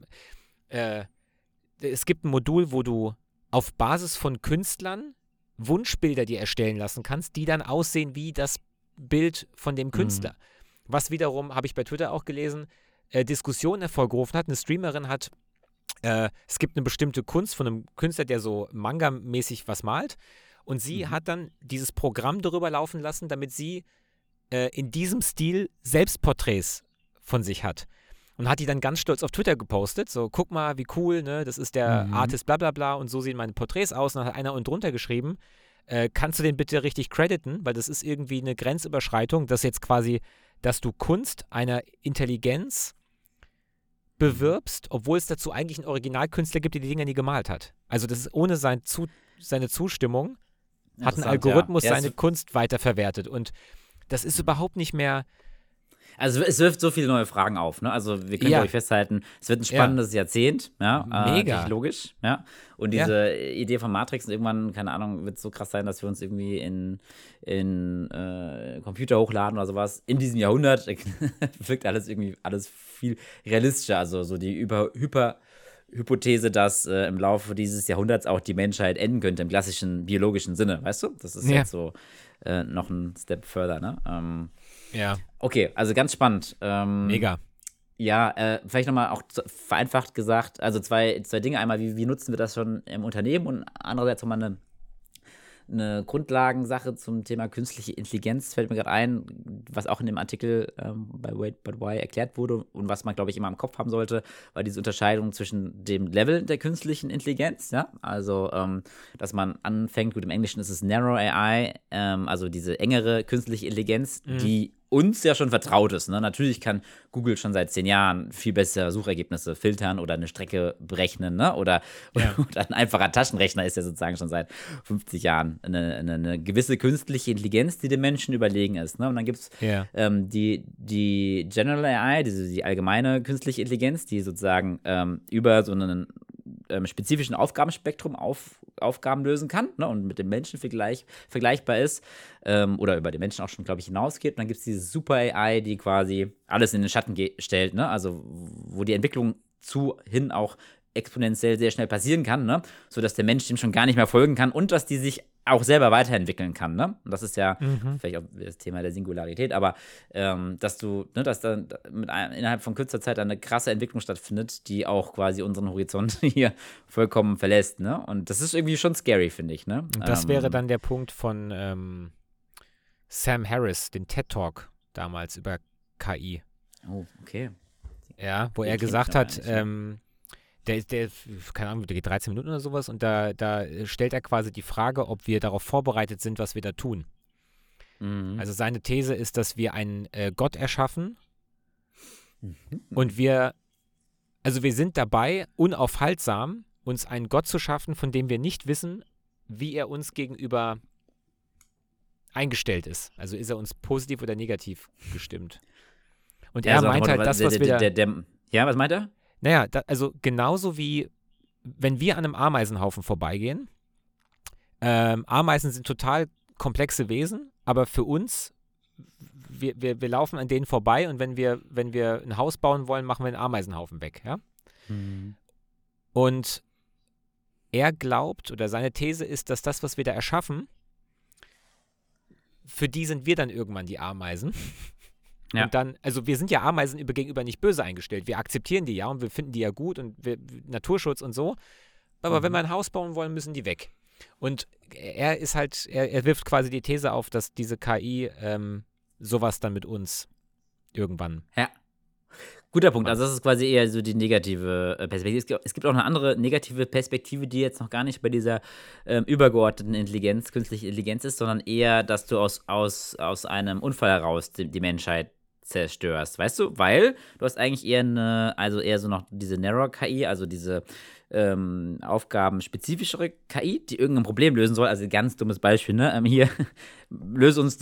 es gibt ein Modul, wo du auf Basis von Künstlern Wunschbilder dir erstellen lassen kannst, die dann aussehen wie das Bild von dem Künstler. Was wiederum, habe ich bei Twitter auch gelesen, Diskussionen hervorgerufen hat. Eine Streamerin hat, es gibt eine bestimmte Kunst von einem Künstler, der so Manga-mäßig was malt. Und sie hat dann dieses Programm darüber laufen lassen, damit sie in diesem Stil Selbstporträts von sich hat. Und hat die dann ganz stolz auf Twitter gepostet, so, guck mal, wie cool, ne, das ist der Artist bla bla bla und so sehen meine Porträts aus. Und dann hat einer unten drunter geschrieben, kannst du den bitte richtig crediten, weil das ist irgendwie eine Grenzüberschreitung, dass jetzt quasi, dass du Kunst einer Intelligenz bewirbst, obwohl es dazu eigentlich einen Originalkünstler gibt, der die Dinger nie gemalt hat. Also das ist ohne seine Zustimmung, hat ein Algorithmus seine Kunst weiterverwertet. Und das ist überhaupt nicht mehr. Also es wirft so viele neue Fragen auf, ne? Also wir können, glaube ich, festhalten, es wird ein spannendes Jahrzehnt, ja, mega logisch, ja. Und diese Idee von Matrix und irgendwann, keine Ahnung, wird es so krass sein, dass wir uns irgendwie in Computer hochladen oder sowas. In diesem Jahrhundert wirkt alles viel realistischer. Also so die Hypothese, dass im Laufe dieses Jahrhunderts auch die Menschheit enden könnte, im klassischen biologischen Sinne, weißt du? Das ist jetzt so noch ein Step further, ne? Ja. Okay, also ganz spannend. Mega. Ja, vielleicht nochmal auch vereinfacht gesagt, also zwei Dinge. Einmal, wie nutzen wir das schon im Unternehmen und andererseits nochmal eine Grundlagensache zum Thema künstliche Intelligenz, fällt mir gerade ein, was auch in dem Artikel bei Wait But Why erklärt wurde und was man, glaube ich, immer im Kopf haben sollte, war diese Unterscheidung zwischen dem Level der künstlichen Intelligenz, ja, also dass man anfängt, gut, im Englischen ist es Narrow AI, also diese engere künstliche Intelligenz, die uns ja schon vertraut ist. Ne? Natürlich kann Google schon seit 10 Jahren viel bessere Suchergebnisse filtern oder eine Strecke berechnen, ne? Oder ein einfacher Taschenrechner ist ja sozusagen schon seit 50 Jahren eine gewisse künstliche Intelligenz, die dem Menschen überlegen ist. Ne? Und dann gibt es die General AI, die allgemeine künstliche Intelligenz, die sozusagen über so einen spezifischen Aufgabenspektrum Aufgaben lösen kann, ne, und mit dem Menschen vergleichbar ist oder über den Menschen auch schon, glaube ich, hinausgeht. Und dann gibt es diese Super AI, die quasi alles in den Schatten stellt, ne? Also wo die Entwicklung hin auch exponentiell sehr schnell passieren kann, ne? Sodass der Mensch dem schon gar nicht mehr folgen kann und dass die sich auch selber weiterentwickeln kann, ne? Und das ist ja vielleicht auch das Thema der Singularität, aber dass dann innerhalb von kürzester Zeit eine krasse Entwicklung stattfindet, die auch quasi unseren Horizont hier vollkommen verlässt, ne? Und das ist irgendwie schon scary, finde ich, ne? Und das wäre dann der Punkt von Sam Harris, den TED-Talk damals über KI. Oh, okay. Ja, wo er gesagt hat, der, keine Ahnung, der geht 13 Minuten oder sowas und da stellt er quasi die Frage, ob wir darauf vorbereitet sind, was wir da tun. Also seine These ist, dass wir einen Gott erschaffen und wir sind dabei, unaufhaltsam, uns einen Gott zu schaffen, von dem wir nicht wissen, wie er uns gegenüber eingestellt ist. Also ist er uns positiv oder negativ gestimmt. Und er meint halt, das, was wir da... Ja, was meint er? Naja, also genauso wie, wenn wir an einem Ameisenhaufen vorbeigehen, Ameisen sind total komplexe Wesen, aber für uns, wir laufen an denen vorbei und wenn wir ein Haus bauen wollen, machen wir einen Ameisenhaufen weg, ja? Und er glaubt, oder seine These ist, dass das, was wir da erschaffen, für die sind wir dann irgendwann die Ameisen. Ja. Und dann, also wir sind ja Ameisen gegenüber nicht böse eingestellt. Wir akzeptieren die ja und wir finden die ja gut und Naturschutz und so. Aber wenn wir ein Haus bauen wollen, müssen die weg. Und er wirft quasi die These auf, dass diese KI sowas dann mit uns irgendwann. Ja. Guter Punkt. Also das ist quasi eher so die negative Perspektive. Es gibt auch eine andere negative Perspektive, die jetzt noch gar nicht bei dieser übergeordneten Intelligenz, künstliche Intelligenz ist, sondern eher, dass du aus einem Unfall heraus die Menschheit zerstörst, weißt du? Weil du hast eigentlich eher so noch diese Narrow-KI, also diese aufgabenspezifischere KI, die irgendein Problem lösen soll. Also ein ganz dummes Beispiel, ne? Hier, löse uns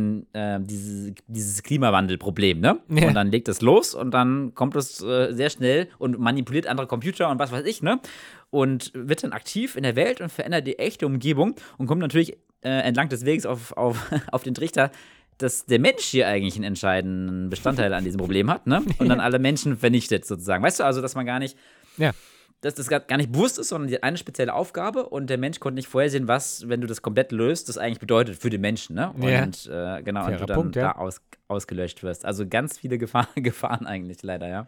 dieses Klimawandelproblem, ne? Ja. Und dann legt es los und dann kommt es sehr schnell und manipuliert andere Computer und was weiß ich, ne? Und wird dann aktiv in der Welt und verändert die echte Umgebung und kommt natürlich entlang des Weges auf den Trichter, dass der Mensch hier eigentlich einen entscheidenden Bestandteil an diesem Problem hat, ne? Und dann alle Menschen vernichtet sozusagen. Weißt du, also, dass man gar nicht, dass das gar nicht bewusst ist, sondern eine spezielle Aufgabe und der Mensch konnte nicht vorhersehen, was, wenn du das komplett löst, das eigentlich bedeutet für den Menschen, ne? Und genau, und du dann Punkt, ja. da ausgelöscht wirst. Also ganz viele Gefahren eigentlich leider, ja.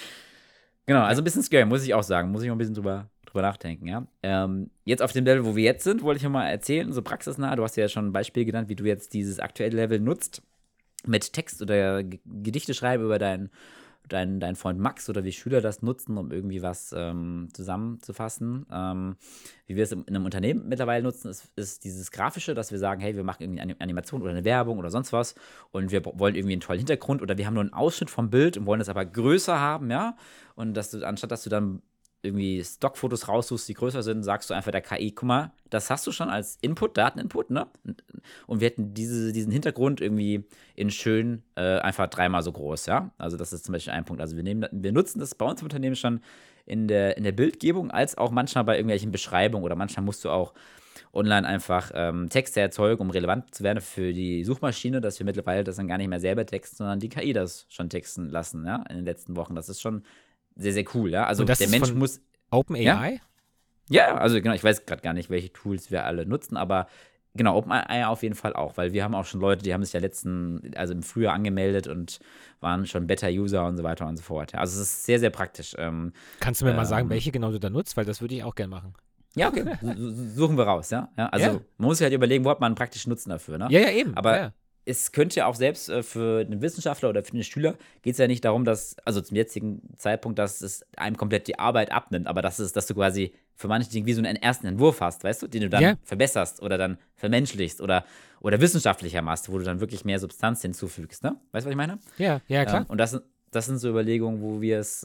Genau, also ein bisschen scary, muss ich auch sagen. Muss ich mal ein bisschen drüber nachdenken, ja. Jetzt auf dem Level, wo wir jetzt sind, wollte ich noch mal erzählen, so praxisnah. Du hast ja schon ein Beispiel genannt, wie du jetzt dieses aktuelle Level nutzt mit Text oder Gedichte schreiben über deinen Freund Max oder wie Schüler das nutzen, um irgendwie was zusammenzufassen. Wie wir es in einem Unternehmen mittlerweile nutzen, ist dieses Grafische, dass wir sagen, hey, wir machen irgendwie eine Animation oder eine Werbung oder sonst was und wir wollen irgendwie einen tollen Hintergrund oder wir haben nur einen Ausschnitt vom Bild und wollen das aber größer haben, ja. Und anstatt dass du dann irgendwie Stockfotos raussuchst, die größer sind, sagst du einfach der KI, guck mal, das hast du schon als Input, Dateninput, ne? Und wir hätten diesen Hintergrund irgendwie in schön einfach 3-mal so groß, ja? Also das ist zum Beispiel ein Punkt. Also wir nutzen das bei uns im Unternehmen schon in der Bildgebung, als auch manchmal bei irgendwelchen Beschreibungen oder manchmal musst du auch online einfach Texte erzeugen, um relevant zu werden für die Suchmaschine, dass wir mittlerweile das dann gar nicht mehr selber texten, sondern die KI das schon texten lassen, ja, in den letzten Wochen. Das ist schon sehr, sehr cool, ja. Also der Mensch muss. OpenAI? Ja, also genau, ich weiß gerade gar nicht, welche Tools wir alle nutzen, aber genau, OpenAI auf jeden Fall auch, weil wir haben auch schon Leute, die haben sich ja im Frühjahr angemeldet und waren schon Beta-User und so weiter und so fort. Ja. Also es ist sehr, sehr praktisch. Kannst du mir mal sagen, welche genau du da nutzt? Weil das würde ich auch gerne machen. Ja, okay. Suchen wir raus, ja. Also man muss sich halt überlegen, wo hat man einen praktischen Nutzen dafür, ne? Ja, eben. Aber es könnte ja auch selbst für einen Wissenschaftler oder für einen Schüler geht es ja nicht darum, also zum jetzigen Zeitpunkt, dass es einem komplett die Arbeit abnimmt, aber dass du quasi für manche Dinge wie so einen ersten Entwurf hast, weißt du, den du dann verbesserst oder dann vermenschlichst oder wissenschaftlicher machst, wo du dann wirklich mehr Substanz hinzufügst, ne? Weißt du, was ich meine? Ja, klar. Und das sind so Überlegungen, wo wir es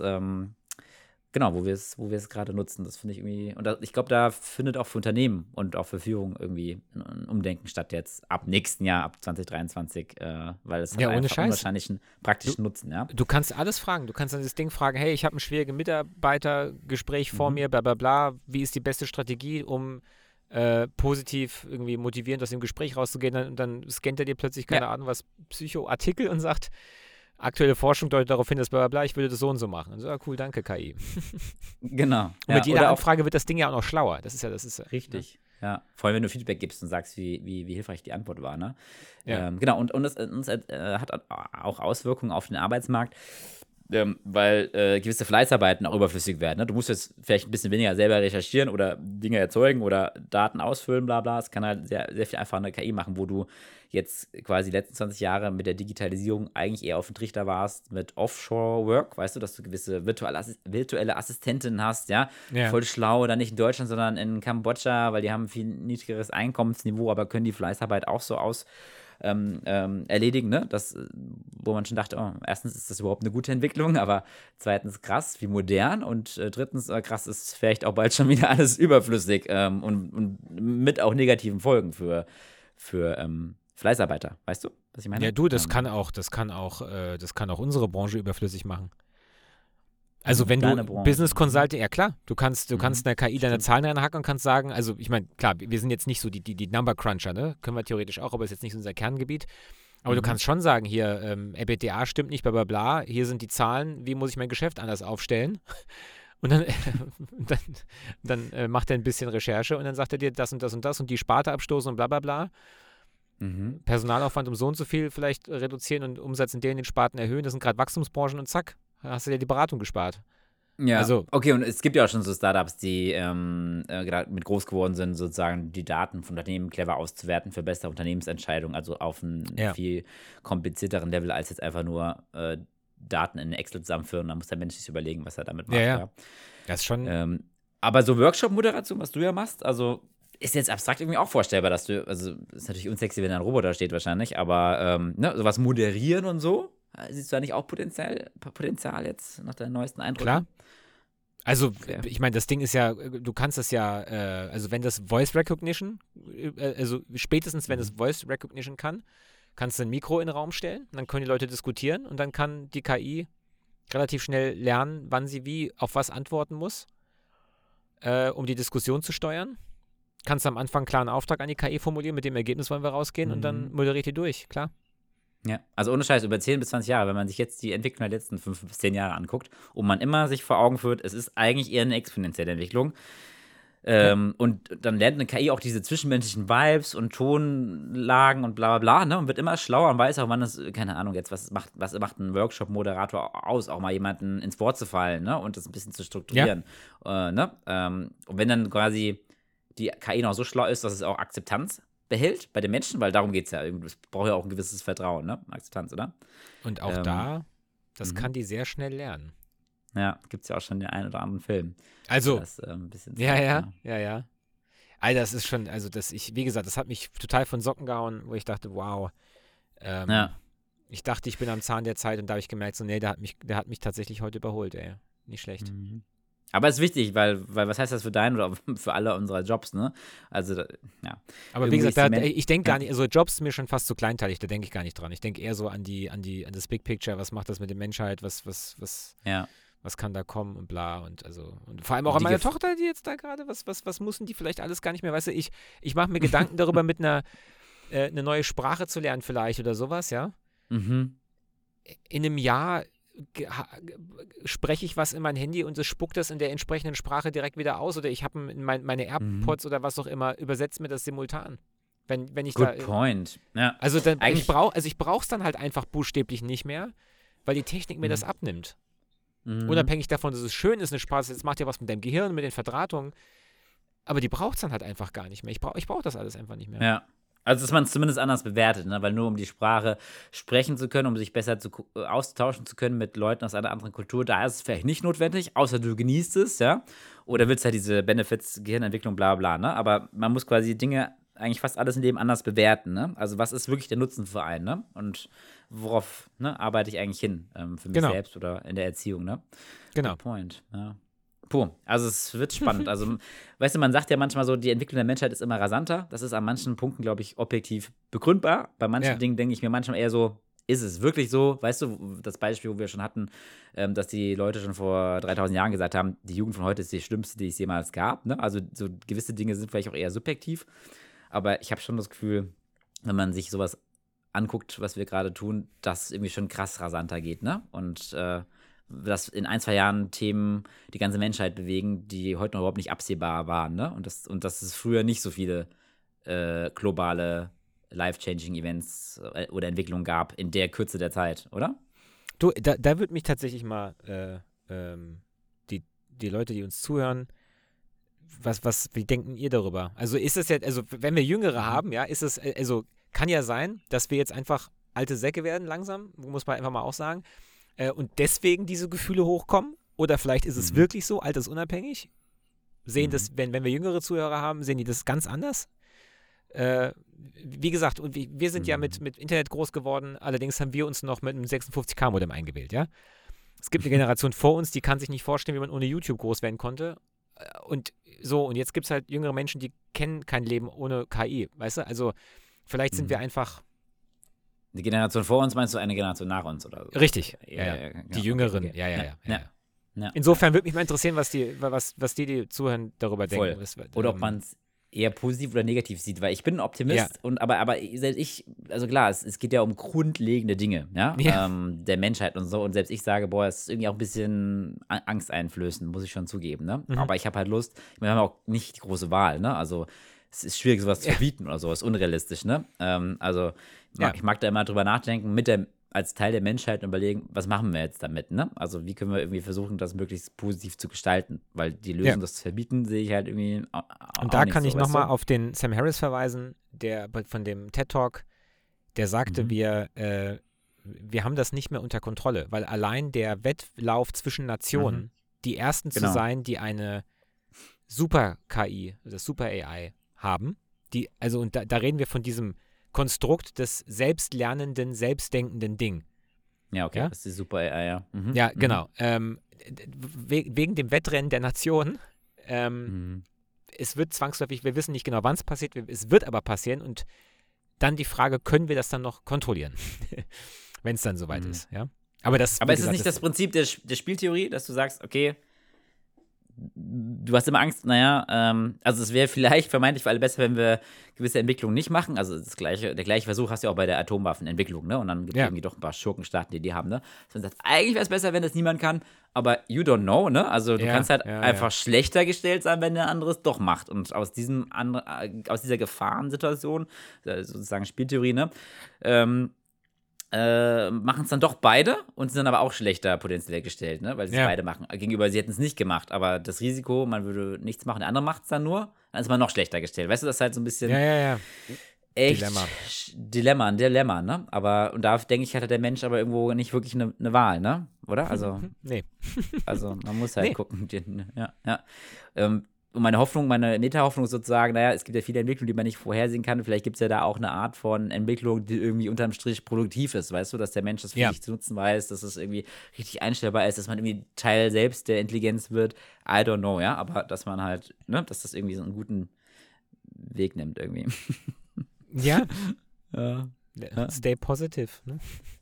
wo wir es gerade nutzen. Das finde ich irgendwie, und ich glaube, da findet auch für Unternehmen und auch für Führung irgendwie ein Umdenken statt jetzt ab nächsten Jahr, ab 2023, weil es hat einfach unwahrscheinlichen praktischen Nutzen, ja. Du kannst alles fragen. Du kannst dann das Ding fragen, hey, ich habe ein schwieriges Mitarbeitergespräch vor mir, bla bla bla. Wie ist die beste Strategie, um positiv irgendwie motivierend aus dem Gespräch rauszugehen? Und dann scannt er dir plötzlich, keine Ahnung, was, Psychoartikel und sagt, aktuelle Forschung deutet darauf hin, dass bla bla bla, ich würde das so und so machen. Also, cool, danke, KI. Genau. Und mit jeder Anfrage wird das Ding ja auch noch schlauer. Das ist richtig. Ja. Vor allem, wenn du Feedback gibst und sagst, wie hilfreich die Antwort war, ne? Ja. Genau, und es hat auch Auswirkungen auf den Arbeitsmarkt, weil gewisse Fleißarbeiten auch überflüssig werden. Ne? Du musst jetzt vielleicht ein bisschen weniger selber recherchieren oder Dinge erzeugen oder Daten ausfüllen, bla bla. Es kann halt sehr, sehr viel einfacher eine KI machen, wo du jetzt quasi die letzten 20 Jahre mit der Digitalisierung eigentlich eher auf dem Trichter warst mit Offshore-Work, weißt du, dass du gewisse virtuelle Assistentinnen hast, ja, voll schlau, dann nicht in Deutschland, sondern in Kambodscha, weil die haben ein viel niedrigeres Einkommensniveau, aber können die Fleißarbeit auch so erledigen, ne? Wo man schon dachte, oh, erstens ist das überhaupt eine gute Entwicklung, aber zweitens krass, wie modern und drittens krass ist vielleicht auch bald schon wieder alles überflüssig und mit auch negativen Folgen für Fleißarbeiter, weißt du, was ich meine? Ja, du, das kann auch unsere Branche überflüssig machen. Also wenn du Business Consulting, ja klar, du kannst einer KI deine Zahlen reinhacken und kannst sagen, also ich meine, klar, wir sind jetzt nicht so die Number Cruncher, ne? Können wir theoretisch auch, aber ist jetzt nicht unser Kerngebiet. Aber du kannst schon sagen, hier, EBITDA stimmt nicht, bla bla bla, hier sind die Zahlen, wie muss ich mein Geschäft anders aufstellen? Und dann macht er ein bisschen Recherche und dann sagt er dir das und das und das und die Sparte abstoßen und bla bla bla. Personalaufwand um so und so viel vielleicht reduzieren und Umsatz in den Sparten erhöhen, das sind gerade Wachstumsbranchen und zack, hast du dir die Beratung gespart. Ja, also, okay, und es gibt ja auch schon so Startups, die gerade mit groß geworden sind, sozusagen die Daten von Unternehmen clever auszuwerten für bessere Unternehmensentscheidungen, also auf einem viel komplizierteren Level als jetzt einfach nur Daten in Excel zusammenführen. Da muss der Mensch sich überlegen, was er damit macht. Ja. Das ist schon. Aber so Workshop-Moderation, was du ja machst, also ist jetzt abstrakt irgendwie auch vorstellbar, dass du, also ist natürlich unsexy, wenn da ein Roboter steht wahrscheinlich, aber sowas moderieren und so, Siehst du da nicht auch Potenzial jetzt nach deinen neuesten Eindrücken? Klar. Also, Okay. ich meine, das Ding ist ja, du kannst das ja, also wenn das Voice Recognition, also spätestens wenn es Voice Recognition kann, kannst du ein Mikro in den Raum stellen, dann können die Leute diskutieren und dann kann die KI relativ schnell lernen, wann sie wie auf was antworten muss, um die Diskussion zu steuern. Kannst am Anfang einen klaren Auftrag an die KI formulieren, mit dem Ergebnis wollen wir rausgehen und dann moderiert die durch, klar. Ja, also ohne Scheiß, über 10 bis 20 Jahre, wenn man sich jetzt die Entwicklung der letzten 5 bis 10 Jahre anguckt und man immer sich vor Augen führt, es ist eigentlich eher eine exponentielle Entwicklung. Und dann lernt eine KI auch diese zwischenmenschlichen Vibes und Tonlagen und bla bla bla, ne? Und wird immer schlauer und weiß auch, wann es, keine Ahnung, jetzt, was macht ein Workshop-Moderator aus, auch mal jemanden ins Wort zu fallen, ne? Und das ein bisschen zu strukturieren. Ne? Und wenn dann quasi die KI noch so schlau ist, dass es auch Akzeptanz behält bei den Menschen, weil darum geht es ja. Es braucht ja auch ein gewisses Vertrauen, ne? Akzeptanz, oder? Und auch das kann die sehr schnell lernen. Ja, gibt es ja auch schon den einen oder anderen Film. Also, Das, ein bisschen ja. Alter, das ist schon, also wie gesagt, das hat mich total von Socken gehauen, wo ich dachte, wow. Ich dachte, ich bin am Zahn der Zeit und da habe ich gemerkt, so, nee, der hat mich tatsächlich heute überholt, ey. Nicht schlecht. Aber es ist wichtig, weil was heißt das für deinen oder für alle unserer Jobs, ne? Also, ja. Aber wie gesagt, ich denke gar nicht, also Jobs sind mir schon fast zu kleinteilig, da denke ich gar nicht dran. Ich denke eher so an das Big Picture, was macht das mit der Menschheit, was kann da kommen und bla und vor allem auch an meine Tochter, die jetzt da gerade, was müssen die vielleicht alles gar nicht mehr, weißt du, ich mache mir Gedanken darüber, mit eine neue Sprache zu lernen vielleicht oder sowas, ja. In einem Jahr spreche ich was in mein Handy und es spuckt das in der entsprechenden Sprache direkt wieder aus oder ich habe meine AirPods oder was auch immer, übersetzt mir das simultan. Wenn ich Good point. Ja. Also ich brauche es dann halt einfach buchstäblich nicht mehr, weil die Technik mir das abnimmt. Unabhängig davon, dass es schön ist, eine Sprache, jetzt macht ja was mit deinem Gehirn, mit den Verdrahtungen, aber die braucht es dann halt einfach gar nicht mehr. Ich brauche das alles einfach nicht mehr. Ja. Also, dass man es zumindest anders bewertet, ne? Weil nur um die Sprache sprechen zu können, um sich besser austauschen zu können mit Leuten aus einer anderen Kultur, da ist es vielleicht nicht notwendig, außer du genießt es, ja? Oder willst halt diese Benefits, Gehirnentwicklung, bla bla, ne? Aber man muss quasi Dinge, eigentlich fast alles im Leben anders bewerten, ne? Also, was ist wirklich der Nutzen für einen, ne? Und worauf arbeite ich eigentlich hin? Für mich selbst oder in der Erziehung, ne? Genau. Good point, ja. Puh, also es wird spannend. Also, weißt du, man sagt ja manchmal so, die Entwicklung der Menschheit ist immer rasanter. Das ist an manchen Punkten, glaube ich, objektiv begründbar. Bei manchen Dingen denke ich mir manchmal eher so, ist es wirklich so? Weißt du, das Beispiel, wo wir schon hatten, dass die Leute schon vor 3000 Jahren gesagt haben, die Jugend von heute ist die schlimmste, die es jemals gab. Ne? Also so gewisse Dinge sind vielleicht auch eher subjektiv. Aber ich habe schon das Gefühl, wenn man sich sowas anguckt, was wir gerade tun, dass es irgendwie schon krass rasanter geht. Ne? Und dass in 1-2 Jahren Themen die ganze Menschheit bewegen, die heute noch überhaupt nicht absehbar waren, ne? Und dass es früher nicht so viele globale life-changing Events oder Entwicklungen gab in der Kürze der Zeit, oder? Du, da würde mich tatsächlich mal die Leute, die uns zuhören, wie denken ihr darüber? Also ist es jetzt, also wenn wir Jüngere haben, ja, ist es, also kann ja sein, dass wir jetzt einfach alte Säcke werden langsam, muss man einfach mal auch sagen, und deswegen diese Gefühle hochkommen? Oder vielleicht ist es wirklich so, altersunabhängig? Sehen das, wenn wir jüngere Zuhörer haben, sehen die das ganz anders? Wie gesagt, und wir sind ja mit Internet groß geworden, allerdings haben wir uns noch mit einem 56K-Modem eingewählt, ja? Es gibt eine Generation vor uns, die kann sich nicht vorstellen, wie man ohne YouTube groß werden konnte. Und so, und jetzt gibt es halt jüngere Menschen, die kennen kein Leben ohne KI, weißt du? Also vielleicht sind wir einfach. Die Generation vor uns meinst du eine Generation nach uns, oder so? Richtig, ja. Die Jüngeren, okay. Ja. Insofern würde mich mal interessieren, was die zuhören, darüber denken. Oder ob man es eher positiv oder negativ sieht, weil ich bin ein Optimist, aber selbst ich, also klar, es geht ja um grundlegende Dinge, der Menschheit und so, und selbst ich sage, boah, es ist irgendwie auch ein bisschen angsteinflößend, muss ich schon zugeben, ne? Aber ich habe halt Lust, wir haben auch nicht die große Wahl, ne? Also es ist schwierig, sowas zu verbieten oder sowas, unrealistisch, ne? Ich mag da immer drüber nachdenken, als Teil der Menschheit überlegen, was machen wir jetzt damit, ne? Also wie können wir irgendwie versuchen, das möglichst positiv zu gestalten, weil die Lösung, das zu verbieten, sehe ich halt irgendwie auch und da nicht kann so, ich nochmal auf den Sam Harris verweisen, der von dem TED-Talk, der sagte, wir haben das nicht mehr unter Kontrolle, weil allein der Wettlauf zwischen Nationen, die ersten zu sein, die eine Super-KI, das Super-AI haben, da reden wir von diesem Konstrukt des selbstlernenden, selbstdenkenden Ding. Ja, okay, Ja? das ist super AI, ja. Ja, genau. Wegen dem Wettrennen der Nationen, Mhm. es wird zwangsläufig, wir wissen nicht genau, wann es passiert, es wird aber passieren und dann die Frage, können wir das dann noch kontrollieren, wenn es dann soweit ist, ja? Aber das, Aber wie ist es gesagt, nicht das Prinzip der Spieltheorie, dass du sagst, okay, du hast immer Angst, also es wäre vielleicht vermeintlich für alle besser, wenn wir gewisse Entwicklungen nicht machen. Also der gleiche Versuch hast du ja auch bei der Atomwaffenentwicklung, ne? Und dann gibt es Ja. irgendwie doch ein paar Schurkenstaaten, die haben, ne? Dass man sagt, eigentlich wäre es besser, wenn das niemand kann, aber you don't know, ne? Also du Ja, kannst halt ja, einfach ja. schlechter gestellt sein, wenn der andere es doch macht. Und aus dieser Gefahrensituation, sozusagen Spieltheorie, ne? Machen es dann doch beide und sind dann aber auch schlechter potenziell gestellt, ne? Weil sie es Ja. beide machen. Gegenüber, sie hätten es nicht gemacht, aber das Risiko, man würde nichts machen, der andere macht es dann nur, dann ist man noch schlechter gestellt. Weißt du, das ist halt so ein bisschen Ja. echt Dilemma. ne? Aber, und da denke ich, hatte der Mensch aber irgendwo nicht wirklich eine Wahl, ne? Oder? Also Nee. man muss halt Nee. gucken. Ja. Und meine Meta-Hoffnung ist sozusagen, es gibt ja viele Entwicklungen, die man nicht vorhersehen kann. Vielleicht gibt es ja da auch eine Art von Entwicklung, die irgendwie unterm Strich produktiv ist, weißt du, dass der Mensch das für sich zu nutzen weiß, dass es irgendwie richtig einstellbar ist, dass man irgendwie Teil selbst der Intelligenz wird. I don't know, ja, aber dass man halt, ne, dass das irgendwie so einen guten Weg nimmt irgendwie. Ja. Ja. Stay positive. Ne?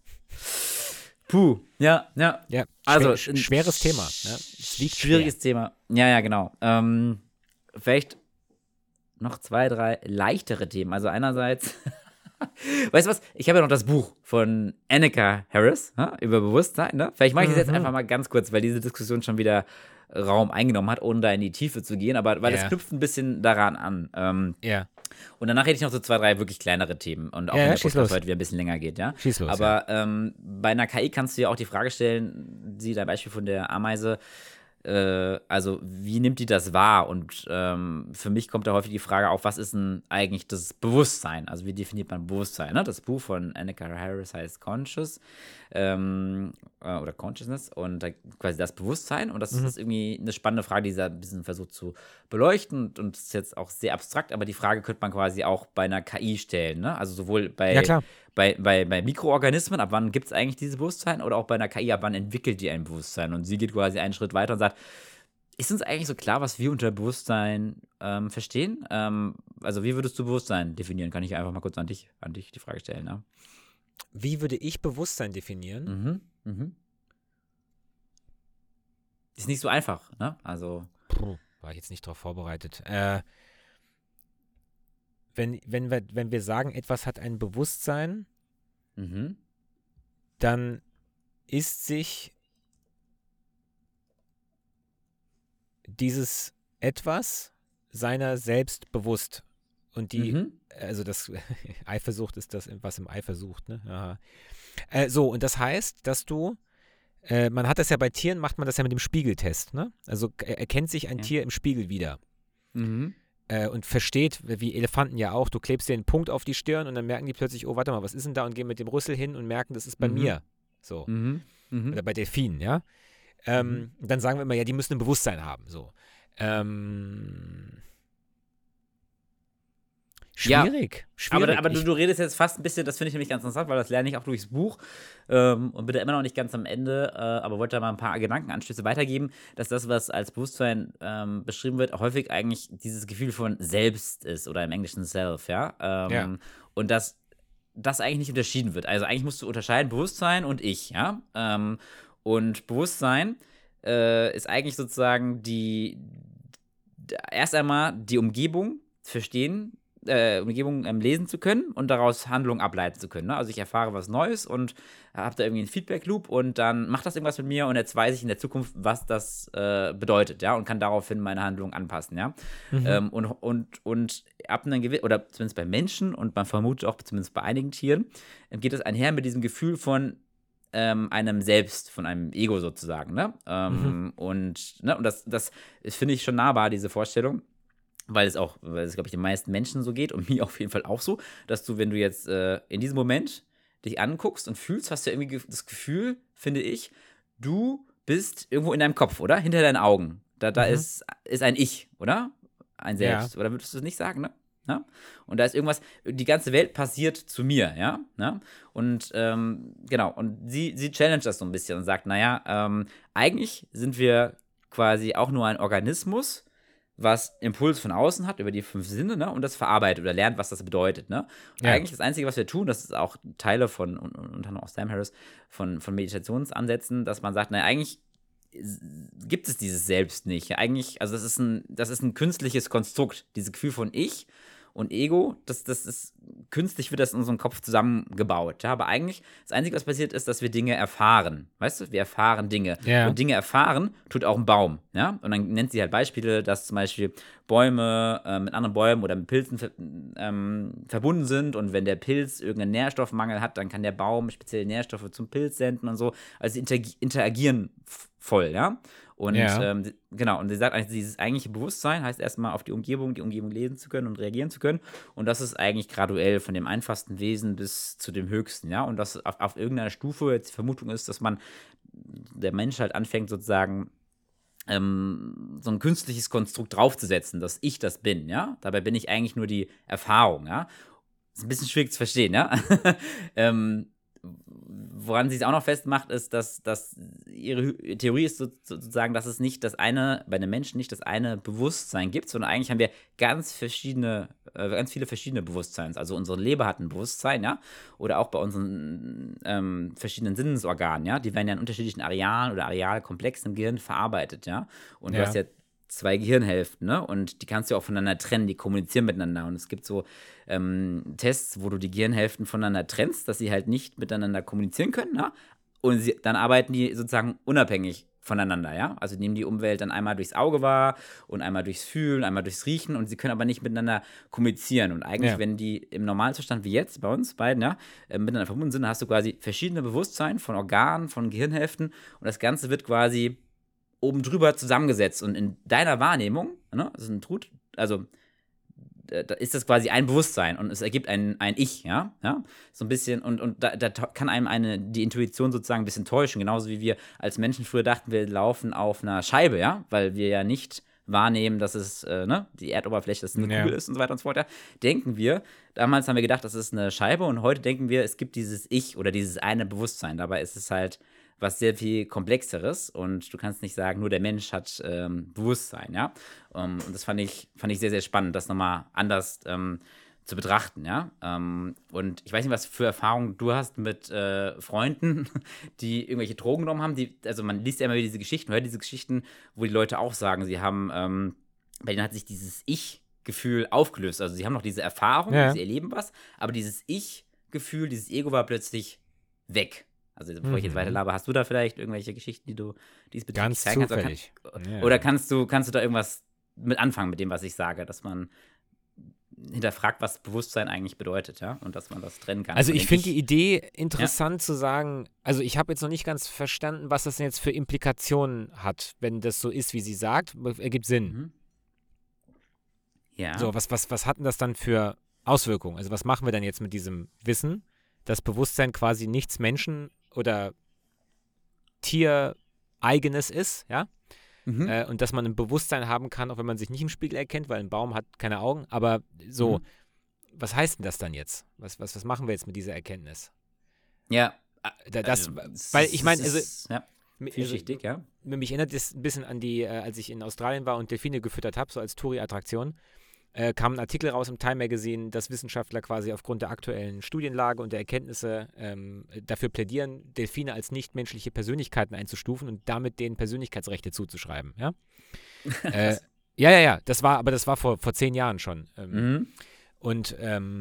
Puh, ja. Ja, Also, schweres Thema. Ne? Es wiegt schwieriges Thema. Ja, genau. Vielleicht noch 2, 3 leichtere Themen. Also einerseits, weißt du was? Ich habe ja noch das Buch von Anneka Harris über Bewusstsein. Ne? Vielleicht mache ich das jetzt einfach mal ganz kurz, weil diese Diskussion schon wieder Raum eingenommen hat, ohne da in die Tiefe zu gehen. Aber weil es knüpft ein bisschen daran an. Ja. Und danach hätte ich noch so 2, 3 wirklich kleinere Themen. Und auch wenn der Podcast heute wieder ein bisschen länger geht, ja. Schieß los. Aber bei einer KI kannst du ja auch die Frage stellen, sieh dein Beispiel von der Ameise, also wie nimmt die das wahr? Und für mich kommt da häufig die Frage auf, was ist denn eigentlich das Bewusstsein? Also wie definiert man Bewusstsein? Ne? Das Buch von Anneka Harris heißt Conscious oder Consciousness und quasi das Bewusstsein. Und das ist irgendwie eine spannende Frage, die sie ein bisschen versucht zu beleuchten. Und das ist jetzt auch sehr abstrakt, aber die Frage könnte man quasi auch bei einer KI stellen. Ne? Also sowohl bei Mikroorganismen, ab wann gibt es eigentlich dieses Bewusstsein, oder auch bei einer KI, ab wann entwickelt die ein Bewusstsein? Und sie geht quasi einen Schritt weiter und sagt, ist uns eigentlich so klar, was wir unter Bewusstsein verstehen? Also wie würdest du Bewusstsein definieren? Kann ich einfach mal kurz an dich die Frage stellen. Ne? Wie würde ich Bewusstsein definieren? Ist nicht so einfach, ne? Also. War ich jetzt nicht darauf vorbereitet. Wenn wir sagen, etwas hat ein Bewusstsein, dann ist sich dieses Etwas seiner selbst bewusst. Und also das Eifersucht ist das, was im Ei versucht, ne? Aha. Und das heißt, dass du, man hat das ja bei Tieren, macht man das ja mit dem Spiegeltest, ne? Also erkennt sich ein Tier im Spiegel wieder. Und versteht, wie Elefanten ja auch, du klebst dir einen Punkt auf die Stirn und dann merken die plötzlich, oh, warte mal, was ist denn da? Und gehen mit dem Rüssel hin und merken, das ist bei mir. So. Oder bei Delfinen, ja. Dann sagen wir immer, ja, die müssen ein Bewusstsein haben. So. Schwierig. Aber du redest jetzt fast ein bisschen, das finde ich nämlich ganz interessant, weil das lerne ich auch durchs Buch und bin da immer noch nicht ganz am Ende, aber wollte da mal ein paar Gedankenanstöße weitergeben, dass das, was als Bewusstsein beschrieben wird, häufig eigentlich dieses Gefühl von Selbst ist oder im Englischen Self, ja. Und dass das eigentlich nicht unterschieden wird. Also eigentlich musst du unterscheiden Bewusstsein und Ich, ja. Und Bewusstsein ist eigentlich sozusagen erst einmal die Umgebung verstehen, Umgebung lesen zu können und daraus Handlungen ableiten zu können. Ne? Also ich erfahre was Neues und habe da irgendwie einen Feedback-Loop und dann macht das irgendwas mit mir und jetzt weiß ich in der Zukunft, was das bedeutet, ja, und kann daraufhin meine Handlungen anpassen, ja. Und ab einem gewissen, oder zumindest bei Menschen und man vermutet auch zumindest bei einigen Tieren, geht es einher mit diesem Gefühl von einem Selbst, von einem Ego sozusagen, ne? Und das finde ich schon nahbar, diese Vorstellung. Weil es, glaube ich, den meisten Menschen so geht und mir auf jeden Fall auch so, dass du, wenn du jetzt in diesem Moment dich anguckst und fühlst, hast du irgendwie das Gefühl, finde ich, du bist irgendwo in deinem Kopf, oder? Hinter deinen Augen. Da ist ein Ich, oder? Ein Selbst. Ja. Oder würdest du es nicht sagen, ne? Ja? Und da ist irgendwas, die ganze Welt passiert zu mir, ja. Ja? Und genau, und sie challenge das so ein bisschen und sagt, naja, eigentlich sind wir quasi auch nur ein Organismus, was Impuls von außen hat über die 5 Sinne, ne, und das verarbeitet oder lernt, was das bedeutet, ne. Und eigentlich das Einzige, was wir tun, das ist auch Teile von, unter anderem auch Sam Harris, von Meditationsansätzen, dass man sagt, naja, eigentlich gibt es dieses Selbst nicht. Eigentlich, also das ist ein künstliches Konstrukt, dieses Gefühl von Ich und Ego, das ist, künstlich wird das in unserem Kopf zusammengebaut, ja, aber eigentlich, das Einzige, was passiert ist, dass wir Dinge erfahren, weißt du, wir erfahren Dinge und Dinge erfahren tut auch ein Baum, ja, und dann nennt sie halt Beispiele, dass zum Beispiel Bäume mit anderen Bäumen oder mit Pilzen verbunden sind und wenn der Pilz irgendeinen Nährstoffmangel hat, dann kann der Baum spezielle Nährstoffe zum Pilz senden und so, also sie interagieren voll, ja. Und genau, und sie sagt eigentlich, dieses eigentliche Bewusstsein heißt erstmal auf die Umgebung lesen zu können und reagieren zu können. Und das ist eigentlich graduell von dem einfachsten Wesen bis zu dem höchsten, ja. Und das auf irgendeiner Stufe, jetzt die Vermutung ist, dass der Mensch halt anfängt sozusagen so ein künstliches Konstrukt draufzusetzen, dass ich das bin, ja. Dabei bin ich eigentlich nur die Erfahrung, ja. Ist ein bisschen schwierig zu verstehen, ja. Woran sie es auch noch festmacht, ist, dass ihre Theorie ist sozusagen, dass es nicht bei einem Menschen nicht das eine Bewusstsein gibt, sondern eigentlich haben wir ganz viele verschiedene Bewusstseins. Also unsere Leber hat ein Bewusstsein, ja, oder auch bei unseren verschiedenen Sinnesorganen, ja, die werden ja in unterschiedlichen Arealen oder Arealkomplexen im Gehirn verarbeitet, ja. Und du hast ja 2 Gehirnhälften, ne? Und die kannst du auch voneinander trennen, die kommunizieren miteinander. Und es gibt so Tests, wo du die Gehirnhälften voneinander trennst, dass sie halt nicht miteinander kommunizieren können, ne? Und dann arbeiten die sozusagen unabhängig voneinander, ja? Also nehmen die Umwelt dann einmal durchs Auge wahr und einmal durchs Fühlen, einmal durchs Riechen und sie können aber nicht miteinander kommunizieren. Und eigentlich, wenn die im Normalzustand wie jetzt bei uns beiden, ja, miteinander verbunden sind, dann hast du quasi verschiedene Bewusstsein von Organen, von Gehirnhälften und das Ganze wird quasi oben drüber zusammengesetzt und in deiner Wahrnehmung, ne, das ist ein Trut, also da ist das quasi ein Bewusstsein und es ergibt ein Ich, ja, so ein bisschen und da kann einem die Intuition sozusagen ein bisschen täuschen, genauso wie wir als Menschen früher dachten, wir laufen auf einer Scheibe, ja, weil wir ja nicht wahrnehmen, dass es, die Erdoberfläche, dass es eine Kugel ist und so weiter und so fort, denken wir, damals haben wir gedacht, das ist eine Scheibe und heute denken wir, es gibt dieses Ich oder dieses eine Bewusstsein, dabei ist es halt was sehr viel Komplexeres und du kannst nicht sagen, nur der Mensch hat Bewusstsein, ja. Und das fand ich sehr, sehr spannend, das nochmal anders zu betrachten, ja. Und ich weiß nicht, was für Erfahrungen du hast mit Freunden, die irgendwelche Drogen genommen haben. Also man liest ja immer wieder diese Geschichten, hört diese Geschichten, wo die Leute auch sagen, sie haben, bei denen hat sich dieses Ich-Gefühl aufgelöst. Also sie haben noch diese Erfahrung, sie erleben was, aber dieses Ich-Gefühl, dieses Ego war plötzlich weg. Also bevor ich jetzt weiter laber, hast du da vielleicht irgendwelche Geschichten, die du diesbezüglich zeigen kannst? Ganz zufällig. Oder kannst du da irgendwas mit anfangen mit dem, was ich sage, dass man hinterfragt, was Bewusstsein eigentlich bedeutet, ja, und dass man das trennen kann. Also ich finde die Idee interessant zu sagen, also ich habe jetzt noch nicht ganz verstanden, was das denn jetzt für Implikationen hat, wenn das so ist, wie sie sagt, ergibt Sinn. Ja. So, was hat denn das dann für Auswirkungen? Also was machen wir dann jetzt mit diesem Wissen, dass Bewusstsein quasi nichts Menschen- oder Tiereigenes ist, ja? Und dass man ein Bewusstsein haben kann, auch wenn man sich nicht im Spiegel erkennt, weil ein Baum hat keine Augen. Aber so, was heißt denn das dann jetzt? Was machen wir jetzt mit dieser Erkenntnis? Ja. Weil ich meine, also vielschichtig, ja. Mich erinnert das ein bisschen an die, als ich in Australien war und Delfine gefüttert habe, so als Touri-Attraktion, kam ein Artikel raus im Time Magazine, dass Wissenschaftler quasi aufgrund der aktuellen Studienlage und der Erkenntnisse dafür plädieren, Delfine als nichtmenschliche Persönlichkeiten einzustufen und damit denen Persönlichkeitsrechte zuzuschreiben. Ja, ja. Das war vor 10 Jahren schon. Und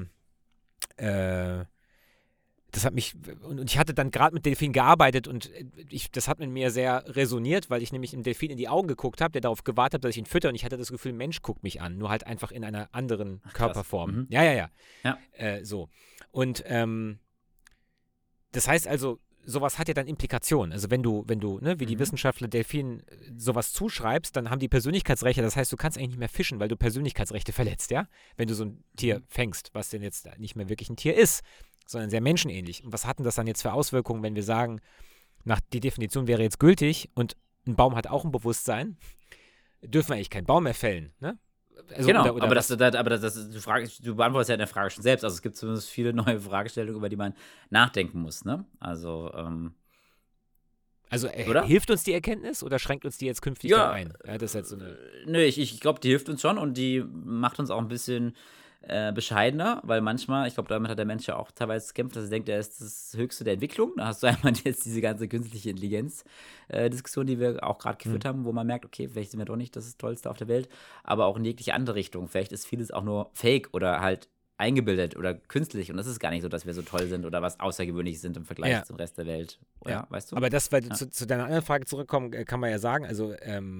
das hat mich, und ich hatte dann gerade mit Delfin gearbeitet und das hat mit mir sehr resoniert, weil ich nämlich dem Delfin in die Augen geguckt habe, der darauf gewartet hat, dass ich ihn fütter und ich hatte das Gefühl, ein Mensch guckt mich an, nur halt einfach in einer anderen Körperform. Ja. So. Und das heißt also, sowas hat ja dann Implikationen. Also wenn du, wie die Wissenschaftler Delfinen sowas zuschreibst, dann haben die Persönlichkeitsrechte, das heißt, du kannst eigentlich nicht mehr fischen, weil du Persönlichkeitsrechte verletzt, ja? Wenn du so ein Tier fängst, was denn jetzt nicht mehr wirklich ein Tier ist, sondern sehr menschenähnlich. Und was hat denn das dann jetzt für Auswirkungen, wenn wir sagen, die Definition wäre jetzt gültig und ein Baum hat auch ein Bewusstsein, dürfen wir eigentlich keinen Baum mehr fällen, ne? Also, Genau, oder aber, was? du beantwortest ja deine Frage schon selbst. Also es gibt zumindest viele neue Fragestellungen, über die man nachdenken muss, ne? Also, Also oder? hilft uns die Erkenntnis oder schränkt uns die jetzt künftig dann Ja, ein? Ja, das ist jetzt so eine. nö, ich glaube, die hilft uns schon und die macht uns auch ein bisschen bescheidener, weil manchmal, ich glaube, damit hat der Mensch ja auch teilweise gekämpft, dass er denkt, er ist das Höchste der Entwicklung. Da hast du einmal jetzt diese ganze künstliche Intelligenz-Diskussion, die wir auch gerade geführt haben, wo man merkt, okay, vielleicht sind wir doch nicht das Tollste auf der Welt, aber auch in jegliche andere Richtung. Vielleicht ist vieles auch nur Fake oder halt eingebildet oder künstlich und es ist gar nicht so, dass wir so toll sind oder was Außergewöhnliches sind im Vergleich Ja. zum Rest der Welt. Ja, weißt du? Aber das, weil Ja. zu deiner anderen Frage zurückkommen, kann man ja sagen, also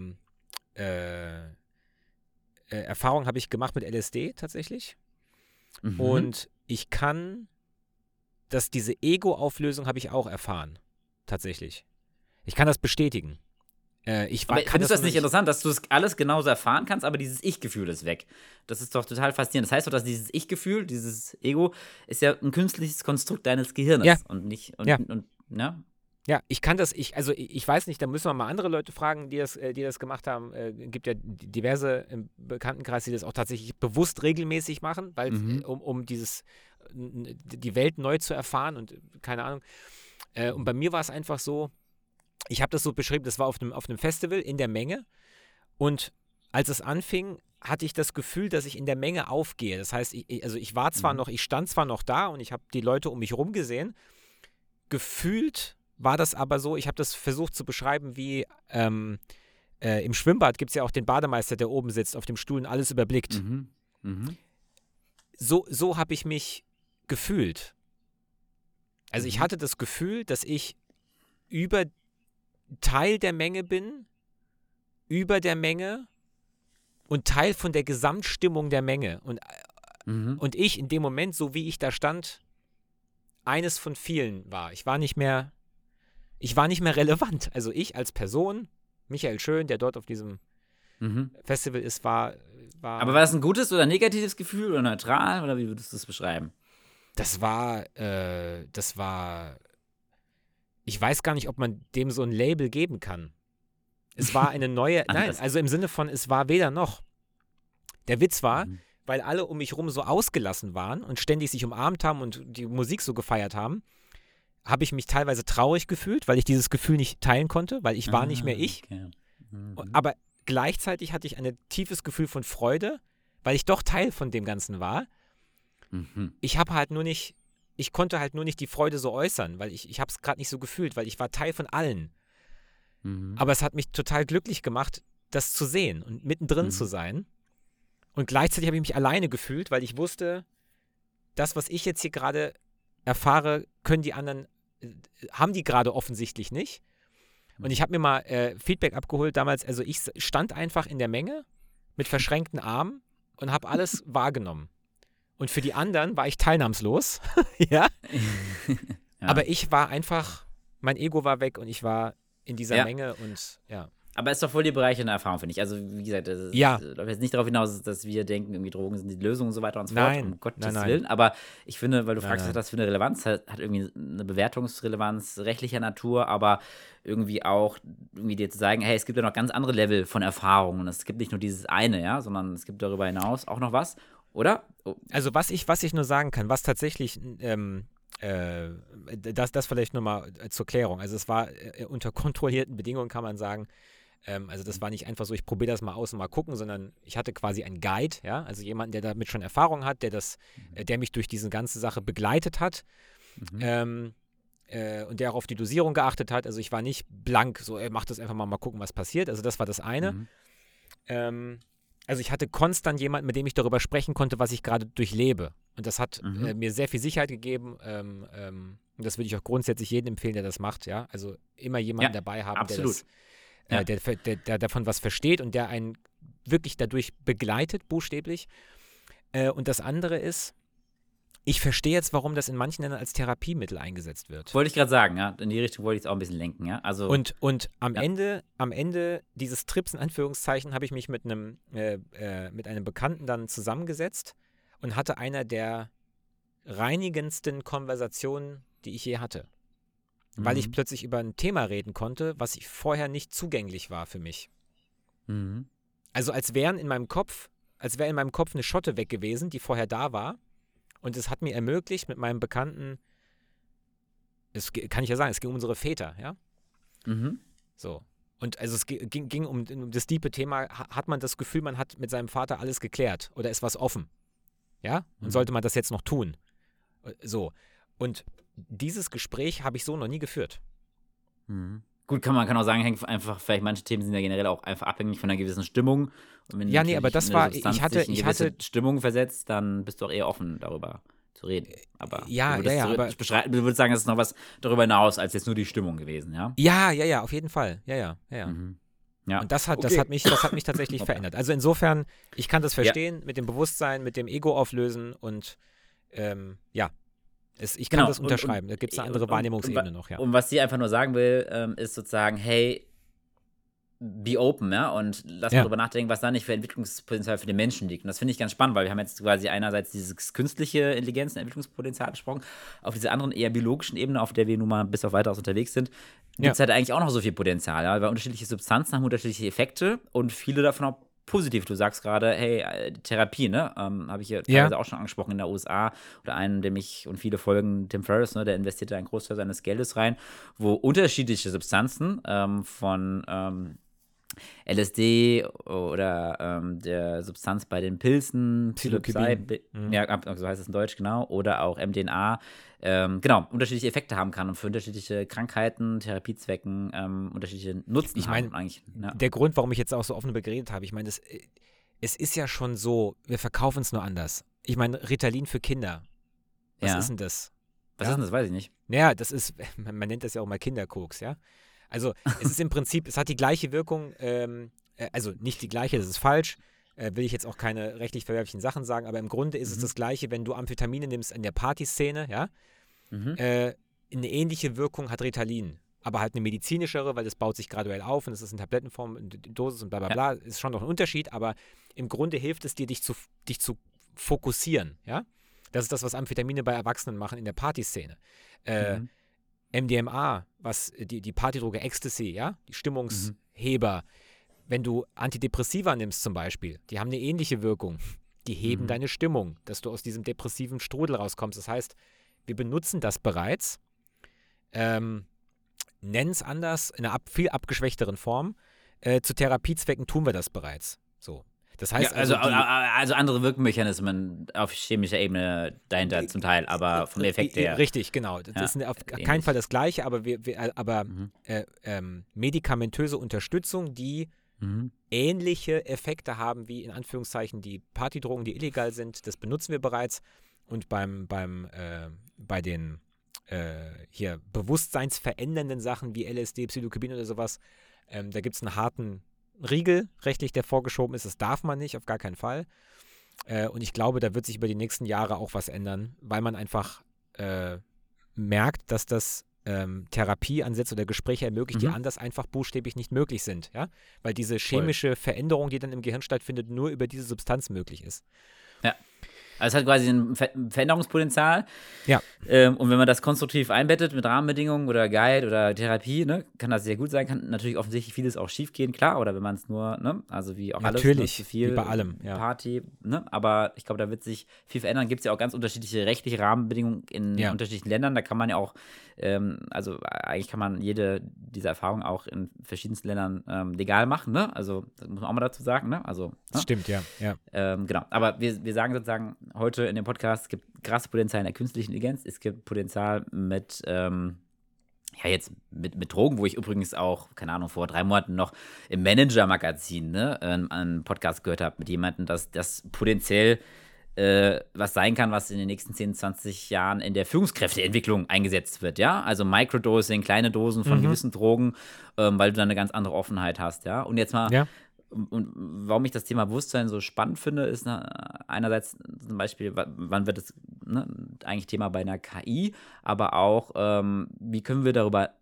Erfahrung habe ich gemacht mit LSD tatsächlich. Mhm. Und ich kann, diese Ego-Auflösung habe ich auch erfahren. Tatsächlich. Ich kann das bestätigen. Aber findest du das nicht interessant, dass du es alles genauso erfahren kannst, aber dieses Ich-Gefühl ist weg? Das ist doch total faszinierend. Das heißt doch, dass dieses Ich-Gefühl, dieses Ego, ist ja ein künstliches Konstrukt deines Gehirnes Ja. und nicht. Ja. Ja? Ja, ich kann das, ich weiß nicht, da müssen wir mal andere Leute fragen, die das gemacht haben. Gibt ja diverse im Bekanntenkreis, die das auch tatsächlich bewusst regelmäßig machen, weil um die Welt neu zu erfahren und keine Ahnung. Und bei mir war es einfach so, ich habe das so beschrieben, das war auf einem Festival in der Menge und als es anfing, hatte ich das Gefühl, dass ich in der Menge aufgehe. Das heißt, ich war zwar noch, ich stand zwar noch da und ich habe die Leute um mich rum gesehen, gefühlt war das aber so, ich habe das versucht zu beschreiben wie im Schwimmbad gibt es ja auch den Bademeister, der oben sitzt auf dem Stuhl und alles überblickt. So habe ich mich gefühlt. Also ich hatte das Gefühl, dass ich über Teil der Menge bin, über der Menge und Teil von der Gesamtstimmung der Menge. Und ich in dem Moment, so wie ich da stand, eines von vielen war. Ich war nicht mehr relevant. Also ich als Person, Michael Schön, der dort auf diesem Festival ist, war. Aber war das ein gutes oder negatives Gefühl oder neutral oder wie würdest du das beschreiben? Das war, ich weiß gar nicht, ob man dem so ein Label geben kann. Es war eine neue, nein, also im Sinne von, es war weder noch. Der Witz war, weil alle um mich rum so ausgelassen waren und ständig sich umarmt haben und die Musik so gefeiert haben, habe ich mich teilweise traurig gefühlt, weil ich dieses Gefühl nicht teilen konnte, weil ich war nicht mehr ich. Okay. Aber gleichzeitig hatte ich ein tiefes Gefühl von Freude, weil ich doch Teil von dem Ganzen war. Ich konnte halt nur nicht die Freude so äußern, weil ich habe es gerade nicht so gefühlt, weil ich war Teil von allen. Aber es hat mich total glücklich gemacht, das zu sehen und mittendrin zu sein. Und gleichzeitig habe ich mich alleine gefühlt, weil ich wusste, das, was ich jetzt hier gerade erfahre, können die anderen, haben die gerade offensichtlich nicht. Und ich habe mir mal Feedback abgeholt damals, also ich stand einfach in der Menge mit verschränkten Armen und habe alles wahrgenommen. Und für die anderen war ich teilnahmslos, ja. Aber ich war einfach, mein Ego war weg und ich war in dieser Menge und ja. Aber es ist doch voll die bereichernde Erfahrung, finde ich. Also, wie gesagt, das läuft jetzt nicht darauf hinaus, dass wir denken, irgendwie Drogen sind die Lösung und so weiter und so fort, um Gottes Willen. Aber ich finde, weil du fragst, was hat das für eine Relevanz? Hat irgendwie eine Bewertungsrelevanz rechtlicher Natur, aber irgendwie auch, irgendwie dir zu sagen, hey, es gibt ja noch ganz andere Level von Erfahrungen. Und es gibt nicht nur dieses eine, ja, sondern es gibt darüber hinaus auch noch was, oder? Also, was ich nur sagen kann, was tatsächlich das vielleicht nur mal zur Klärung. Also es war unter kontrollierten Bedingungen, kann man sagen. Also das war nicht einfach so, ich probiere das mal aus und mal gucken, sondern ich hatte quasi einen Guide, ja, also jemanden, der damit schon Erfahrung hat, der mich durch diese ganze Sache begleitet hat und der auch auf die Dosierung geachtet hat. Also ich war nicht blank, so, mach das einfach mal gucken, was passiert. Also das war das eine. Also ich hatte konstant jemanden, mit dem ich darüber sprechen konnte, was ich gerade durchlebe. Und das hat mir sehr viel Sicherheit gegeben. Und das würde ich auch grundsätzlich jedem empfehlen, der das macht. Ja, also immer jemanden dabei haben, der davon was versteht und der einen wirklich dadurch begleitet, buchstäblich. Und das andere ist, ich verstehe jetzt, warum das in manchen Ländern als Therapiemittel eingesetzt wird. Wollte ich gerade sagen, ja. In die Richtung wollte ich es auch ein bisschen lenken, ja. Also, und am Ende dieses Trips, in Anführungszeichen, habe ich mich mit einem Bekannten dann zusammengesetzt und hatte einer der reinigendsten Konversationen, die ich je hatte. Weil ich plötzlich über ein Thema reden konnte, was ich vorher nicht zugänglich war für mich. Also als wären in meinem Kopf als wäre in meinem Kopf eine Schotte weg gewesen, die vorher da war. Und es hat mir ermöglicht, mit meinem Bekannten, kann ich ja sagen, es ging um unsere Väter, ja? So. Und also es ging um das tiefe Thema, hat man das Gefühl, man hat mit seinem Vater alles geklärt oder ist was offen? Ja? Und sollte man das jetzt noch tun? So. Und dieses Gespräch habe ich so noch nie geführt. Gut, kann auch sagen, hängt einfach, vielleicht manche Themen sind ja generell auch einfach abhängig von einer gewissen Stimmung. Und wenn Ja, nee, aber das war, dich in gewisse Stimmung versetzt, dann bist du auch eher offen darüber zu reden. Aber ja, du würdest sagen, es ist noch was darüber hinaus als jetzt nur die Stimmung gewesen, ja? Ja, auf jeden Fall. Ja. Ja. Und das hat mich tatsächlich verändert. Also insofern, ich kann das verstehen mit dem Bewusstsein, mit dem Ego auflösen und ich kann das unterschreiben. Da gibt es eine andere Wahrnehmungsebene noch, ja. Und was sie einfach nur sagen will, ist sozusagen, hey, be open, ja, und lass mal drüber nachdenken, was da nicht für Entwicklungspotenzial für den Menschen liegt. Und das finde ich ganz spannend, weil wir haben jetzt quasi einerseits dieses künstliche Intelligenz und Entwicklungspotenzial besprochen, auf dieser anderen eher biologischen Ebene, auf der wir nun mal bis auf weiteres unterwegs sind, gibt es halt eigentlich auch noch so viel Potenzial, ja, weil unterschiedliche Substanzen haben unterschiedliche Effekte und viele davon auch positiv. Du sagst gerade, hey, Therapie, ne? Habe ich hier teilweise auch schon angesprochen in der USA oder einen, dem ich und viele folgen, Tim Ferriss, ne, der investiert da einen Großteil seines Geldes rein, wo unterschiedliche Substanzen von LSD oder der Substanz bei den Pilzen, Psilocybin. Ja, so heißt es in Deutsch, genau, oder auch MDMA, unterschiedliche Effekte haben kann und für unterschiedliche Krankheiten, Therapiezwecken unterschiedliche Nutzen haben eigentlich. Ja. Der Grund, warum ich jetzt auch so offen darüber geredet habe, ich meine, es ist ja schon so, wir verkaufen es nur anders. Ich meine, Ritalin für Kinder, was ist denn das? Was ist denn das? Weiß ich nicht. Naja, das ist, man nennt das ja auch mal Kinderkoks, ja? Also es ist im Prinzip, es hat die gleiche Wirkung, also nicht die gleiche, das ist falsch, will ich jetzt auch keine rechtlich verwerflichen Sachen sagen, aber im Grunde ist es das Gleiche, wenn du Amphetamine nimmst in der Partyszene, ja, eine ähnliche Wirkung hat Ritalin, aber halt eine medizinischere, weil das baut sich graduell auf und es ist in Tablettenform, in Dosis und bla bla bla, ist schon noch ein Unterschied, aber im Grunde hilft es dir, dich zu fokussieren, ja. Das ist das, was Amphetamine bei Erwachsenen machen in der Partyszene. MDMA, was die Partydroge Ecstasy, ja, die Stimmungsheber. Wenn du Antidepressiva nimmst zum Beispiel, die haben eine ähnliche Wirkung. Die heben deine Stimmung, dass du aus diesem depressiven Strudel rauskommst. Das heißt, wir benutzen das bereits, nennen es anders, in einer viel abgeschwächteren Form. Zu Therapiezwecken tun wir das bereits. So. Das heißt also andere Wirkmechanismen auf chemischer Ebene dahinter zum Teil, aber vom Effekt her. Richtig, genau. Das ist auf keinen Fall das Gleiche, aber medikamentöse Unterstützung, die ähnliche Effekte haben wie in Anführungszeichen die Partydrogen, die illegal sind, das benutzen wir bereits. Und bei den hier bewusstseinsverändernden Sachen wie LSD, Psilocybin oder sowas, da gibt es einen harten Riegel rechtlich, der vorgeschoben ist. Das darf man nicht, auf gar keinen Fall. Und ich glaube, da wird sich über die nächsten Jahre auch was ändern, weil man einfach merkt, dass das Therapieansätze oder Gespräche ermöglicht, die anders einfach buchstäblich nicht möglich sind. Ja? Weil diese chemische Veränderung, die dann im Gehirn stattfindet, nur über diese Substanz möglich ist. Ja. Also es hat quasi ein Veränderungspotenzial. Ja. Und wenn man das konstruktiv einbettet mit Rahmenbedingungen oder Guide oder Therapie, ne, kann das sehr gut sein. Kann natürlich offensichtlich vieles auch schief gehen, klar. Oder wenn man es nur, ne, also wie auch alles, natürlich, zu viel wie bei allem, ja. Party, ne, aber ich glaube, da wird sich viel verändern. Gibt es ja auch ganz unterschiedliche rechtliche Rahmenbedingungen in unterschiedlichen Ländern. Da kann man ja auch, also eigentlich kann man jede dieser Erfahrungen auch in verschiedensten Ländern legal machen, ne? Also das muss man auch mal dazu sagen, ne? Also, das stimmt, ja. Genau. Aber wir sagen sozusagen heute in dem Podcast, es gibt krasses Potenzial in der künstlichen Intelligenz, es gibt Potenzial mit Drogen, wo ich übrigens auch, keine Ahnung, vor 3 Monaten noch im Manager-Magazin einen Podcast gehört habe mit jemandem, dass das potenziell was sein kann, was in den nächsten 10, 20 Jahren in der Führungskräfteentwicklung eingesetzt wird, ja? Also Microdosing, kleine Dosen von gewissen Drogen, weil du dann eine ganz andere Offenheit hast, ja? Und jetzt mal Und warum ich das Thema Bewusstsein so spannend finde, ist einerseits zum Beispiel, wann wird es eigentlich Thema bei einer KI, aber auch, wie können wir darüber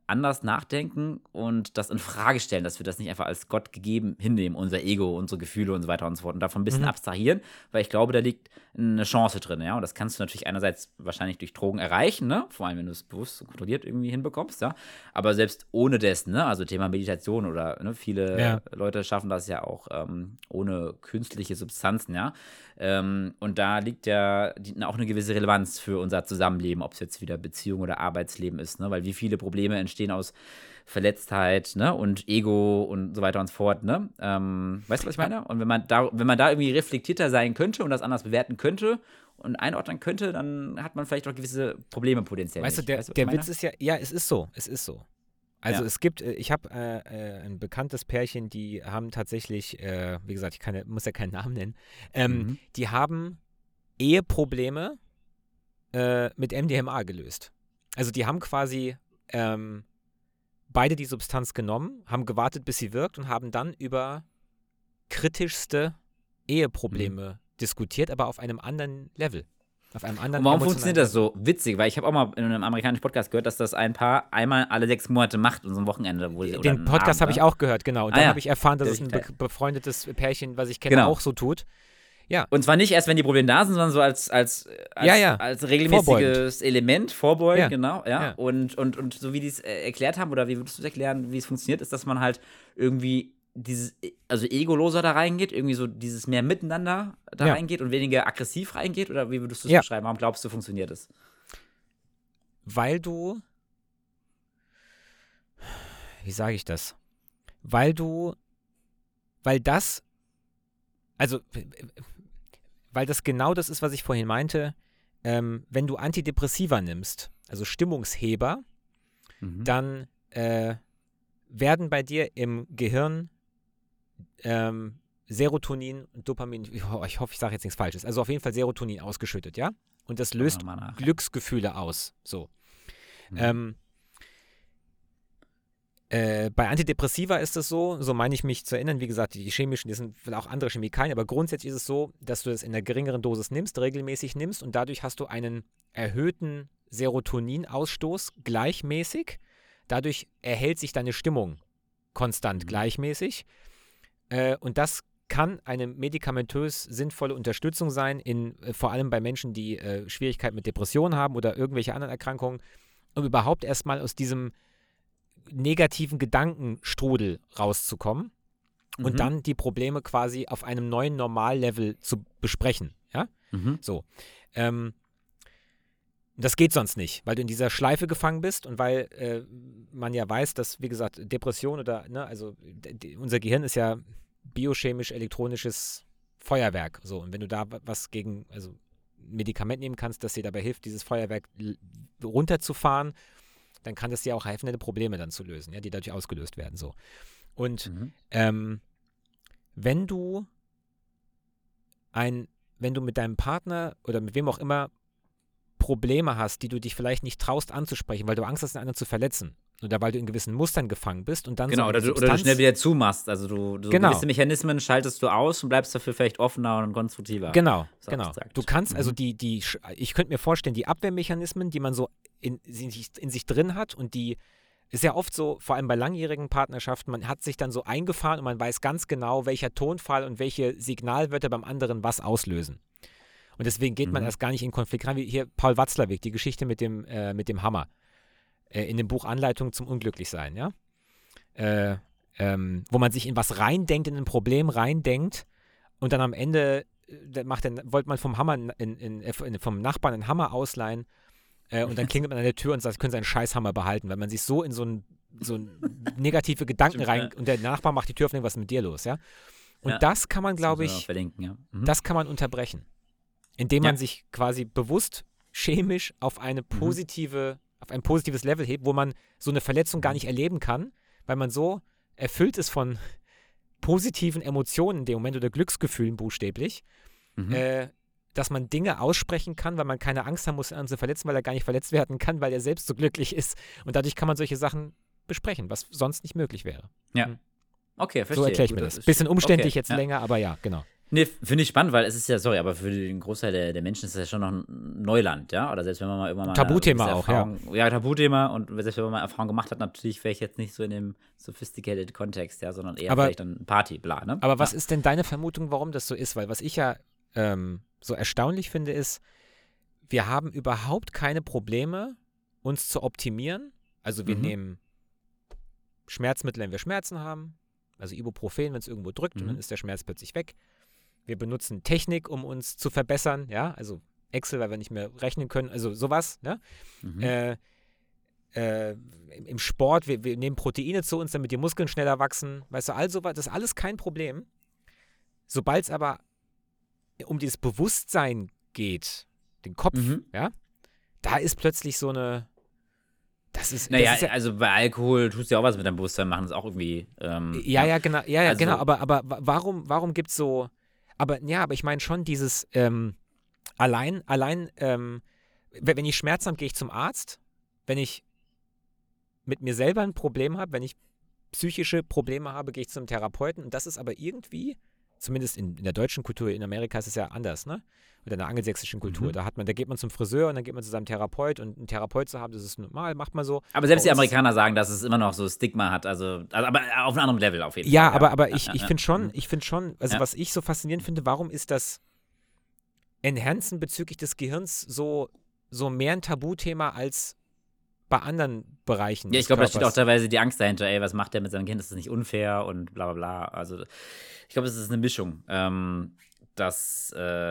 anders nachdenken und das in Frage stellen, dass wir das nicht einfach als Gott gegeben hinnehmen, unser Ego, unsere Gefühle und so weiter und so fort und davon ein bisschen abstrahieren, weil ich glaube, da liegt eine Chance drin, ja, und das kannst du natürlich einerseits wahrscheinlich durch Drogen erreichen, ne, vor allem, wenn du es bewusst und kontrolliert irgendwie hinbekommst, ja, aber selbst ohne das, ne, also Thema Meditation oder, ne, viele Leute schaffen das ja auch ohne künstliche Substanzen, ja, und da liegt ja auch eine gewisse Relevanz für unser Zusammenleben, ob es jetzt wieder Beziehung oder Arbeitsleben ist, ne, weil wie viele Probleme entstehen aus Verletztheit, ne, und Ego und so weiter und so fort, ne? Weißt du, was ich meine? Und wenn man da irgendwie reflektierter sein könnte und das anders bewerten könnte und einordnen könnte, dann hat man vielleicht auch gewisse Probleme potenziell. Weißt du, der Witz ist ja, es ist so. Also es gibt, ich habe ein bekanntes Pärchen, die haben tatsächlich, wie gesagt, muss ja keinen Namen nennen, die haben Eheprobleme mit MDMA gelöst. Also die haben quasi beide die Substanz genommen, haben gewartet, bis sie wirkt und haben dann über kritischste Eheprobleme diskutiert, aber auf einem anderen Level. Auf einem anderen. Und warum funktioniert das so witzig? Weil ich habe auch mal in einem amerikanischen Podcast gehört, dass das ein Paar einmal alle 6 Monate macht und so ein Wochenende. Den Podcast habe ich auch gehört, genau. Und dann habe ich erfahren, dass es ein befreundetes Pärchen, was ich kenne, auch so tut. Ja. Und zwar nicht erst, wenn die Probleme da sind, sondern so als regelmäßiges Element, vorbeugend, genau. Ja. Und so wie die es erklärt haben, oder wie würdest du es erklären, wie es funktioniert, ist, dass man halt irgendwie also egoloser da reingeht, irgendwie so dieses mehr Miteinander da reingeht und weniger aggressiv reingeht, oder wie würdest du es beschreiben? Warum glaubst du, funktioniert es? Weil wie sage ich das? Weil das genau das ist, was ich vorhin meinte, wenn du Antidepressiva nimmst, also Stimmungsheber, dann werden bei dir im Gehirn Serotonin und Dopamin, ich hoffe, ich sage jetzt nichts Falsches, also auf jeden Fall Serotonin ausgeschüttet, ja? Und das löst Glücksgefühle aus, so. Bei Antidepressiva ist es so meine ich mich zu erinnern, wie gesagt, die chemischen, die sind auch andere Chemikalien, aber grundsätzlich ist es so, dass du das in einer geringeren Dosis nimmst, regelmäßig nimmst und dadurch hast du einen erhöhten Serotoninausstoß gleichmäßig. Dadurch erhält sich deine Stimmung konstant gleichmäßig. Und das kann eine medikamentös sinnvolle Unterstützung sein, vor allem bei Menschen, die Schwierigkeiten mit Depressionen haben oder irgendwelche anderen Erkrankungen, um überhaupt erstmal aus diesem negativen Gedankenstrudel rauszukommen und dann die Probleme quasi auf einem neuen Normallevel zu besprechen. Ja? So. Das geht sonst nicht, weil du in dieser Schleife gefangen bist und weil man ja weiß, dass, wie gesagt, Depression oder, ne, also unser Gehirn ist ja biochemisch-elektronisches Feuerwerk. So, und wenn du da was gegen, also ein Medikament nehmen kannst, das dir dabei hilft, dieses Feuerwerk runterzufahren, dann kann das dir auch helfen, deine Probleme dann zu lösen, ja, die dadurch ausgelöst werden. So. Und wenn du mit deinem Partner oder mit wem auch immer Probleme hast, die du dich vielleicht nicht traust anzusprechen, weil du Angst hast, den anderen zu verletzen oder weil du in gewissen Mustern gefangen bist und dann oder du schnell wieder zumachst, also du gewisse Mechanismen schaltest du aus und bleibst dafür vielleicht offener und konstruktiver. Genau. Du kannst also ich könnte mir vorstellen, die Abwehrmechanismen, die man so in sich drin hat und die ist ja oft so, vor allem bei langjährigen Partnerschaften, man hat sich dann so eingefahren und man weiß ganz genau, welcher Tonfall und welche Signalwörter beim anderen was auslösen. Und deswegen geht man erst gar nicht in Konflikt rein, wie hier Paul Watzlawick, die Geschichte mit dem Hammer. In dem Buch Anleitung zum Unglücklichsein, ja? Wo man sich in was reindenkt, in ein Problem reindenkt und dann am Ende wollte man vom vom Nachbarn einen Hammer ausleihen und dann klingelt man an der Tür und sagt, können Sie einen Scheißhammer behalten, weil man sich so in so ein negative Gedanken rein und der Nachbar macht die Tür auf und denkt, was ist mit dir los, ja? Und das kann man, glaube ich, das kann man unterbrechen. Indem man sich quasi bewusst chemisch auf ein positives Level hebt, wo man so eine Verletzung gar nicht erleben kann, weil man so erfüllt ist von positiven Emotionen in dem Moment oder Glücksgefühlen buchstäblich, dass man Dinge aussprechen kann, weil man keine Angst haben muss, einen zu verletzen, weil er gar nicht verletzt werden kann, weil er selbst so glücklich ist. Und dadurch kann man solche Sachen besprechen, was sonst nicht möglich wäre. Ja. Okay, verstehe. So erkläre ich mir das. Bisschen umständlich jetzt länger, aber ja, genau. Nee, finde ich spannend, weil es ist ja, sorry, aber für den Großteil der Menschen ist das ja schon noch ein Neuland, ja? Oder selbst wenn man mal irgendwann mal Tabuthema eine auch, Erfahrung, ja, Tabuthema, und selbst wenn man mal Erfahrung gemacht hat, natürlich wäre ich jetzt nicht so in dem sophisticated Kontext, ja, sondern eher Aber- vielleicht dann Party, bla, ne? Aber was Ja. ist denn deine Vermutung, warum das so ist? Weil was ich ja so erstaunlich finde, ist, wir haben überhaupt keine Probleme, uns zu optimieren. Also wir nehmen Schmerzmittel, wenn wir Schmerzen haben. Also Ibuprofen, wenn es irgendwo drückt und dann ist der Schmerz plötzlich weg. Wir benutzen Technik, um uns zu verbessern, ja, also Excel, weil wir nicht mehr rechnen können, also sowas, ne? Im Sport, wir nehmen Proteine zu uns, damit die Muskeln schneller wachsen, weißt du, also das ist alles kein Problem. Sobald es aber um dieses Bewusstsein geht, den Kopf, ja, da ist plötzlich so eine, das ist Naja, das ist ja, also bei Alkohol tust du ja auch was mit deinem Bewusstsein machen, ist auch irgendwie. genau, Also- genau, aber warum gibt es so, aber ich meine schon dieses, allein, wenn ich Schmerzen habe, gehe ich zum Arzt, wenn ich mit mir selber ein Problem habe, wenn ich psychische Probleme habe, gehe ich zum Therapeuten und das ist aber irgendwie, zumindest in der deutschen Kultur, in Amerika ist es ja anders, ne? Oder in der angelsächsischen Kultur, da geht man zum Friseur und dann geht man zu seinem Therapeut und einen Therapeut zu haben, das ist normal, macht man so. Aber selbst die Bei uns ist- Amerikaner sagen, dass es immer noch so Stigma hat, also aber auf einem anderen Level auf jeden Ja, Fall. aber Ja, ich ja, finde schon, also Ja. was ich so faszinierend finde, warum ist das Enhancen bezüglich des Gehirns so mehr ein Tabuthema als bei anderen Bereichen Ja, des ich glaube, da steht auch Körpers? teilweise die Angst dahinter, ey, was macht der mit seinem Kind, das ist nicht unfair und bla bla bla. Also ich glaube, es ist eine Mischung. Dass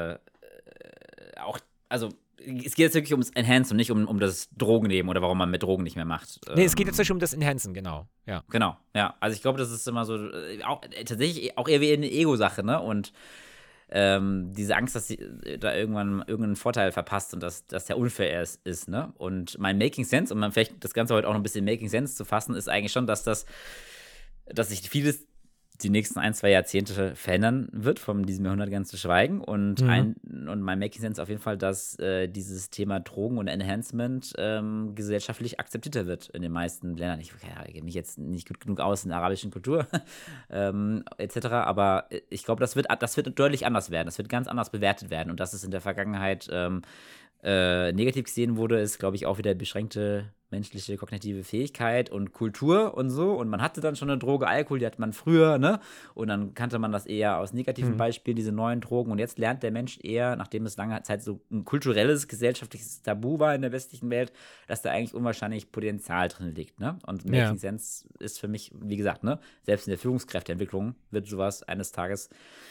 auch, also es geht jetzt wirklich ums Enhance und nicht um das Drogennehmen oder warum man mit Drogen nicht mehr macht. Nee, es geht jetzt nicht um das Enhancen, genau, ja. Genau, ja. Also ich glaube, das ist immer so, tatsächlich auch eher wie eine Ego-Sache, ne? Und diese Angst, dass sie da irgendwann irgendeinen Vorteil verpasst und dass der unfair ist, ne? Und mein Making Sense, um dann vielleicht das Ganze heute auch noch ein bisschen Making Sense zu fassen, ist eigentlich schon, dass sich vieles die nächsten 1-2 Jahrzehnte verändern wird, von diesem Jahrhundert ganz zu schweigen. Und mein Making Sense auf jeden Fall, dass dieses Thema Drogen und Enhancement gesellschaftlich akzeptierter wird in den meisten Ländern. Ich kenne mich jetzt nicht gut genug aus in der arabischen Kultur etc., aber ich glaube, das wird deutlich anders werden. Das wird ganz anders bewertet werden. Und dass es in der Vergangenheit negativ gesehen wurde, ist, glaube ich, auch wieder beschränkte menschliche kognitive Fähigkeit und Kultur und so. Und man hatte dann schon eine Droge, Alkohol, die hat man früher, ne? Und dann kannte man das eher aus negativen Beispielen, diese neuen Drogen. Und jetzt lernt der Mensch eher, nachdem es lange Zeit so ein kulturelles, gesellschaftliches Tabu war in der westlichen Welt, dass da eigentlich unwahrscheinlich Potenzial drin liegt, ne? Und Making Sense ist für mich, wie gesagt, ne? Selbst in der Führungskräfteentwicklung wird sowas eines Tages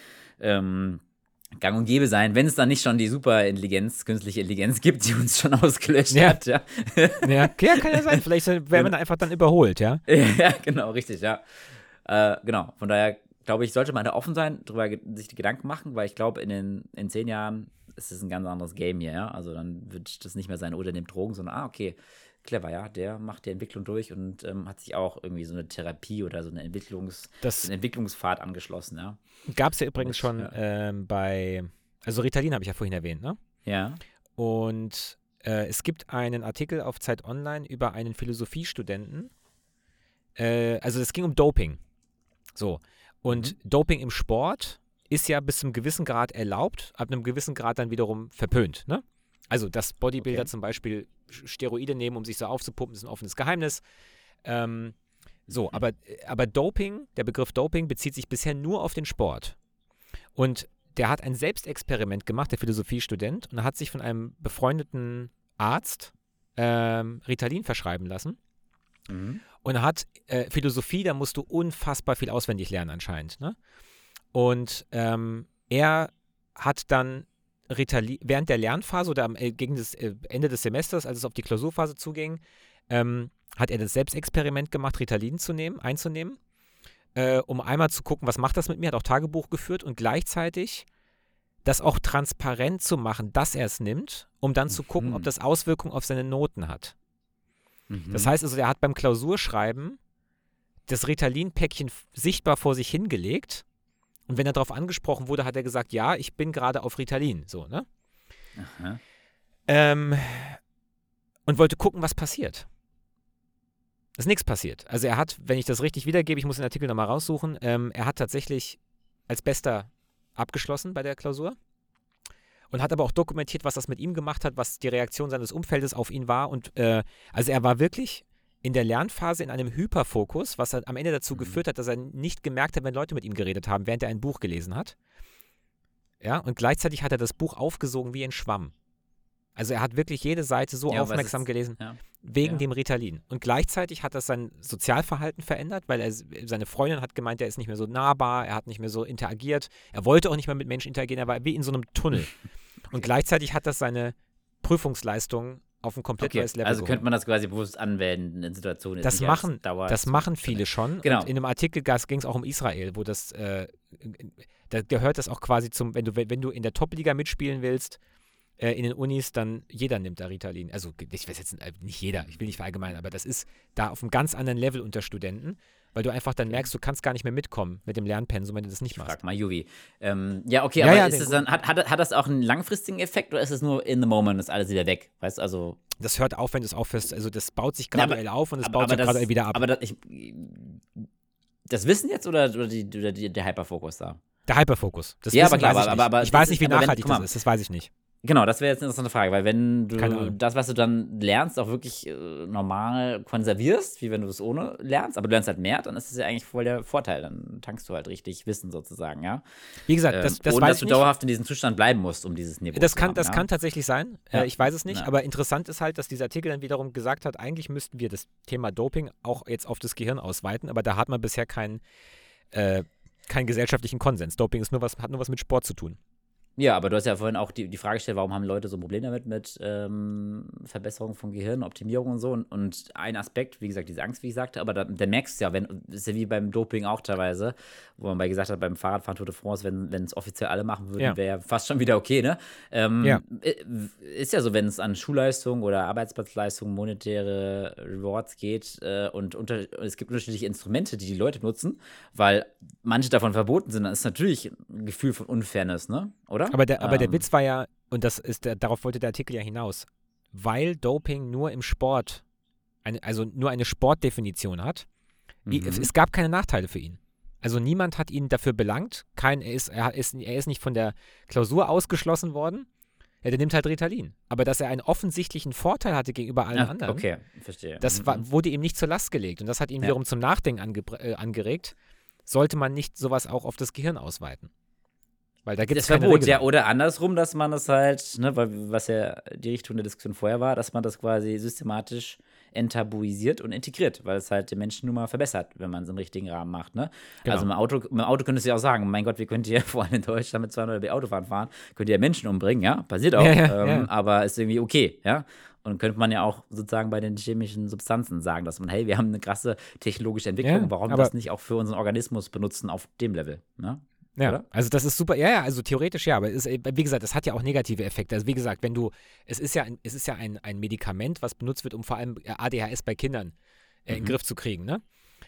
gang und gäbe sein, wenn es dann nicht schon die Superintelligenz, künstliche Intelligenz gibt, die uns schon ausgelöscht hat, ja. Ja, kann ja sein, vielleicht werden wir dann einfach dann überholt, ja. Ja, genau, richtig, ja. Genau, von daher glaube ich, sollte man da offen sein, darüber sich die Gedanken machen, weil ich glaube, in 10 Jahren ist es ein ganz anderes Game hier, ja. Also dann wird das nicht mehr sein, oder nimmt Drogen, sondern, okay, clever, ja, der macht die Entwicklung durch und hat sich auch irgendwie so eine Therapie oder so einen Entwicklungspfad angeschlossen, ja. Gab es ja übrigens schon ja. Also Ritalin habe ich ja vorhin erwähnt, ne? Ja. Und es gibt einen Artikel auf Zeit Online über einen Philosophiestudenten. Also es ging um Doping. So. Und Doping im Sport ist ja bis zu einem gewissen Grad erlaubt, ab einem gewissen Grad dann wiederum verpönt, ne? Also, dass Bodybuilder zum Beispiel Steroide nehmen, um sich so aufzupumpen, ist ein offenes Geheimnis. Aber Doping, der Begriff Doping bezieht sich bisher nur auf den Sport. Und der hat ein Selbstexperiment gemacht, der Philosophiestudent, und hat sich von einem befreundeten Arzt Ritalin verschreiben lassen. Und hat Philosophie, da musst du unfassbar viel auswendig lernen anscheinend. Ne? Und er hat dann Ritalin, während der Lernphase oder gegen das Ende des Semesters, als es auf die Klausurphase zuging, hat er das Selbstexperiment gemacht, Ritalin einzunehmen, um einmal zu gucken, was macht das mit mir, hat auch Tagebuch geführt und gleichzeitig das auch transparent zu machen, dass er es nimmt, um dann zu gucken, ob das Auswirkungen auf seine Noten hat. Das heißt also, er hat beim Klausurschreiben das Ritalin-Päckchen sichtbar vor sich hingelegt. Und wenn er darauf angesprochen wurde, hat er gesagt, ja, ich bin gerade auf Ritalin, so, ne? Und wollte gucken, was passiert. Ist nichts passiert. Also er hat, wenn ich das richtig wiedergebe, ich muss den Artikel nochmal raussuchen, er hat tatsächlich als bester abgeschlossen bei der Klausur und hat aber auch dokumentiert, was das mit ihm gemacht hat, was die Reaktion seines Umfeldes auf ihn war. Und also er war wirklich in der Lernphase in einem Hyperfokus, was am Ende dazu geführt hat, dass er nicht gemerkt hat, wenn Leute mit ihm geredet haben, während er ein Buch gelesen hat. Ja, und gleichzeitig hat er das Buch aufgesogen wie ein Schwamm. Also er hat wirklich jede Seite so aufmerksam gelesen, wegen dem Ritalin. Und gleichzeitig hat das sein Sozialverhalten verändert, weil seine Freundin hat gemeint, er ist nicht mehr so nahbar, er hat nicht mehr so interagiert, er wollte auch nicht mehr mit Menschen interagieren, er war wie in so einem Tunnel. Und gleichzeitig hat das seine Prüfungsleistung auf ein komplett neues Level also gehoben. könnte man das quasi bewusst anwenden in Situationen. Das machen viele schon. Genau. Und in einem Artikel ging es auch um Israel, wo da gehört das auch quasi wenn du in der Top-Liga mitspielen willst, in den Unis, dann jeder nimmt da Ritalin. Also ich weiß jetzt nicht jeder, ich will nicht verallgemeinern, aber das ist da auf einem ganz anderen Level unter Studenten, weil du einfach dann merkst, du kannst gar nicht mehr mitkommen mit dem Lernpensum, wenn du das nicht machst. Frag mal Juvi. Aber ist es dann, hat das auch einen langfristigen Effekt oder ist es nur in the moment, ist alles wieder weg? Weißt du, also. Das hört auf, wenn du es aufhörst. Also das baut sich graduell auf und es baut sich graduell wieder ab. Aber das Wissen jetzt oder der Hyperfokus da? Der Hyperfokus. Das ja, Wissen aber klar, weiß ich nicht. aber ich weiß nicht, wie nachhaltig das ist. Das weiß ich nicht. Genau, das wäre jetzt eine interessante Frage, weil wenn du das, was du dann lernst, auch wirklich normal konservierst, wie wenn du es ohne lernst, aber du lernst halt mehr, dann ist es ja eigentlich voll der Vorteil. Dann tankst du halt richtig Wissen sozusagen, ja. Wie gesagt, das weiß ich nicht. dass du dauerhaft in diesem Zustand bleiben musst, um dieses Niveau zu haben. Das kann tatsächlich sein. Ja. Ich weiß es nicht, aber interessant ist halt, dass dieser Artikel dann wiederum gesagt hat, eigentlich müssten wir das Thema Doping auch jetzt auf das Gehirn ausweiten, aber da hat man bisher keinen gesellschaftlichen Konsens. Doping hat nur was mit Sport zu tun. Ja, aber du hast ja vorhin auch die Frage gestellt, warum haben Leute so ein Problem damit mit Verbesserung von Gehirn, Optimierung und so. Und ein Aspekt, wie gesagt, diese Angst, wie ich sagte, aber da merkst du ja, ist ja wie beim Doping auch teilweise, wo man gesagt hat, beim Fahrradfahren Tour de France, wenn es offiziell alle machen würden, wäre ja fast schon wieder okay, ne? Ist ja so, wenn es an Schulleistung oder Arbeitsplatzleistung, monetäre Rewards geht und es gibt unterschiedliche Instrumente, die Leute nutzen, weil manche davon verboten sind, dann ist natürlich ein Gefühl von Unfairness, ne? Oder? Aber der Witz war ja, und darauf wollte der Artikel ja hinaus, weil Doping nur im Sport, nur eine Sportdefinition hat, es gab keine Nachteile für ihn. Also niemand hat ihn dafür belangt, er ist nicht von der Klausur ausgeschlossen worden, der nimmt halt Ritalin. Aber dass er einen offensichtlichen Vorteil hatte gegenüber allen anderen, okay, verstehe. Das wurde ihm nicht zur Last gelegt und das hat ihn wiederum zum Nachdenken angeregt, sollte man nicht sowas auch auf das Gehirn ausweiten. Weil da gibt es keine Regeln. Ja, oder andersrum, dass man das halt, ne, weil was ja die Richtung der Diskussion vorher war, dass man das quasi systematisch enttabuisiert und integriert, weil es halt den Menschen nun mal verbessert, wenn man es im richtigen Rahmen macht, ne? Genau. Also im Auto könntest du ja auch sagen, mein Gott, wir könnten ja vor allem in Deutschland mit 200 bei Autofahren fahren, könnt ihr ja Menschen umbringen, ja? Passiert auch, aber ist irgendwie okay, ja? Und könnte man ja auch sozusagen bei den chemischen Substanzen sagen, dass man, hey, wir haben eine krasse technologische Entwicklung, warum das nicht auch für unseren Organismus benutzen auf dem Level, ne? Ja, oder? Also das ist super, also theoretisch ja, aber wie gesagt, das hat ja auch negative Effekte. Also wie gesagt, es ist ja ein Medikament, was benutzt wird, um vor allem ADHS bei Kindern in den Griff zu kriegen, ne?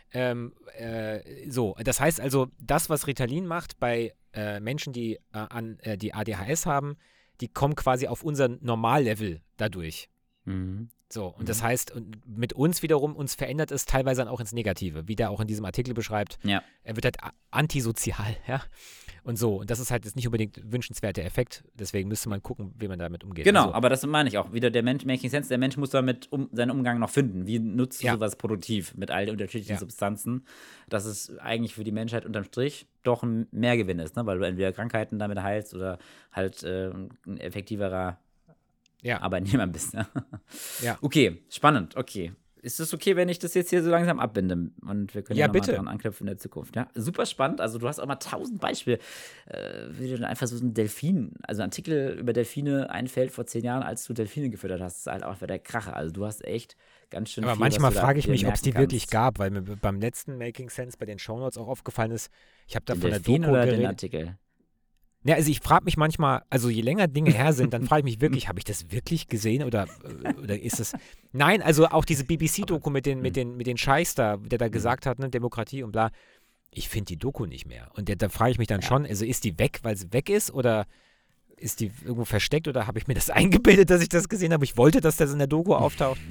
Das heißt also, das, was Ritalin macht bei Menschen, die ADHS haben, die kommen quasi auf unser Normallevel dadurch. So, und das heißt, und mit uns verändert es teilweise dann auch ins Negative, wie der auch in diesem Artikel beschreibt. Ja. Er wird halt antisozial, ja. Und so, und das ist halt jetzt nicht unbedingt wünschenswerter Effekt, deswegen müsste man gucken, wie man damit umgeht. Genau, also, aber das meine ich auch. Wieder der Mensch, Making Sense, der Mensch muss damit seinen Umgang noch finden. Wie nutzt du sowas produktiv mit all den unterschiedlichen Substanzen, dass es eigentlich für die Menschheit unterm Strich doch ein Mehrgewinn ist, ne? Weil du entweder Krankheiten damit heilst oder halt ein effektiverer Arbeitnehmer bist. Ne? Ja. Okay, spannend, okay. Ist es okay, wenn ich das jetzt hier so langsam abbinde? Und wir können noch mal dran anknüpfen in der Zukunft. Ja? Super spannend. Also du hast auch mal 1000 Beispiele, wie du dann einfach so ein Artikel über Delfine einfällt vor 10 Jahren, als du Delfine gefüttert hast. Das ist halt auch der Kracher. Also du hast echt ganz schön aber viel, manchmal frage ich mich, ob es die wirklich gab, weil mir beim letzten Making Sense bei den Shownotes auch aufgefallen ist, ich habe da von der Doku geredet. Den Artikel? Ja, also ich frage mich manchmal, also je länger Dinge her sind, dann frage ich mich wirklich, habe ich das wirklich gesehen oder ist es. Nein, also auch diese BBC-Doku mit den Scheichs da, der da gesagt hat, ne, Demokratie und bla. Ich finde die Doku nicht mehr. Und da frage ich mich dann schon, also ist die weg, weil sie weg ist oder ist die irgendwo versteckt oder habe ich mir das eingebildet, dass ich das gesehen habe? Ich wollte, dass das in der Doku auftaucht.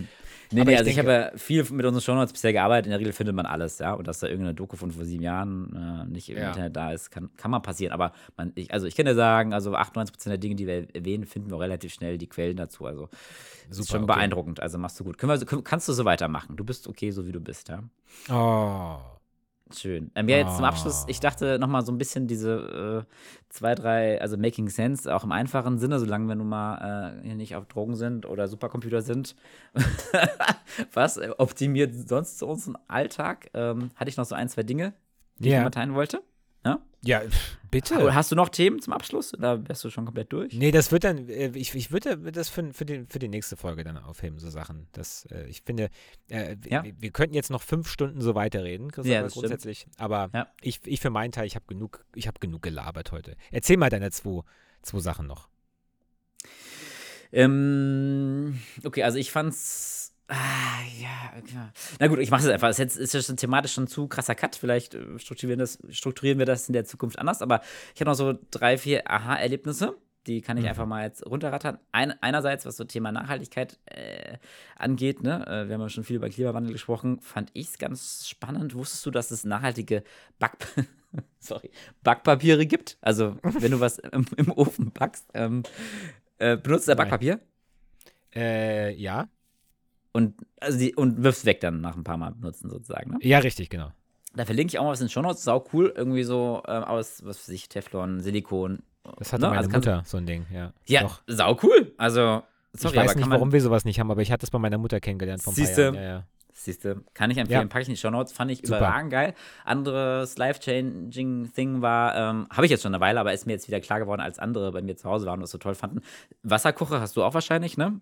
Nee, Aber nee, ich also ich denke- habe ja viel mit unseren Shownotes bisher gearbeitet. In der Regel findet man alles, ja. Und dass da irgendeine Doku von vor 7 Jahren nicht im Ja. Internet da ist, kann mal passieren. Aber ich kann dir sagen, also 98% der Dinge, die wir erwähnen, finden wir auch relativ schnell die Quellen dazu. Also das ist Super, schon okay. beeindruckend. Also machst du gut. Kannst du so weitermachen. Du bist okay, so wie du bist, ja. Oh. Schön. Ja, jetzt zum Abschluss, ich dachte nochmal so ein bisschen diese 2, 3, also Making Sense, auch im einfachen Sinne, solange wir nun mal hier nicht auf Drogen sind oder Supercomputer sind. Was optimiert sonst so unseren Alltag? Hatte ich noch so 1, 2 Dinge, die ich Ja. mal teilen wollte? Ja? Ja, bitte. Oder hast du noch Themen zum Abschluss? Oder wärst du schon komplett durch? Nee, das wird dann, ich würde das für die nächste Folge dann aufheben, so Sachen. Ich finde, Ja. wir könnten jetzt noch 5 Stunden so weiterreden, Christopher, Ja, das stimmt. grundsätzlich. Aber Ja. ich für meinen Teil, ich habe genug gelabert heute. Erzähl mal deine zwei Sachen noch. Okay, also ich fand's. Ja, klar. Na gut, ich mache es einfach. Es ist ja schon thematisch schon zu krasser Cut. Vielleicht strukturieren wir das in der Zukunft anders. Aber ich habe noch so 3, 4 Aha-Erlebnisse. Die kann ich einfach mal jetzt runterrattern. Einerseits, was so Thema Nachhaltigkeit angeht, ne? Wir haben ja schon viel über Klimawandel gesprochen, fand ich es ganz spannend. Wusstest du, dass es nachhaltige Backpapiere gibt? Also, wenn du was im Ofen backst, benutzt du Nein. Backpapier? Ja. Und wirfst weg dann nach ein paar Mal benutzen, sozusagen, ne? Ja, richtig, genau. Da verlinke ich auch mal was in den Shownotes. Sau cool. Irgendwie so aus, was weiß ich, Teflon, Silikon. Das hatte ne? meine Also kannst- Mutter, so ein Ding, ja. Ja, Doch. sau cool. Also, Ich sorry, weiß aber nicht, kann man. warum wir sowas nicht haben, aber ich hatte es bei meiner Mutter kennengelernt vor ein paar Siehste. Jahren. Ja. Siehste, kann ich empfehlen, Ja. packe ich in die Shownotes, fand ich Super. überragend geil. Anderes Life-Changing-Thing war, habe ich jetzt schon eine Weile, aber ist mir jetzt wieder klar geworden, als andere bei mir zu Hause waren und das so toll fanden. Wasserkocher hast du auch wahrscheinlich, ne?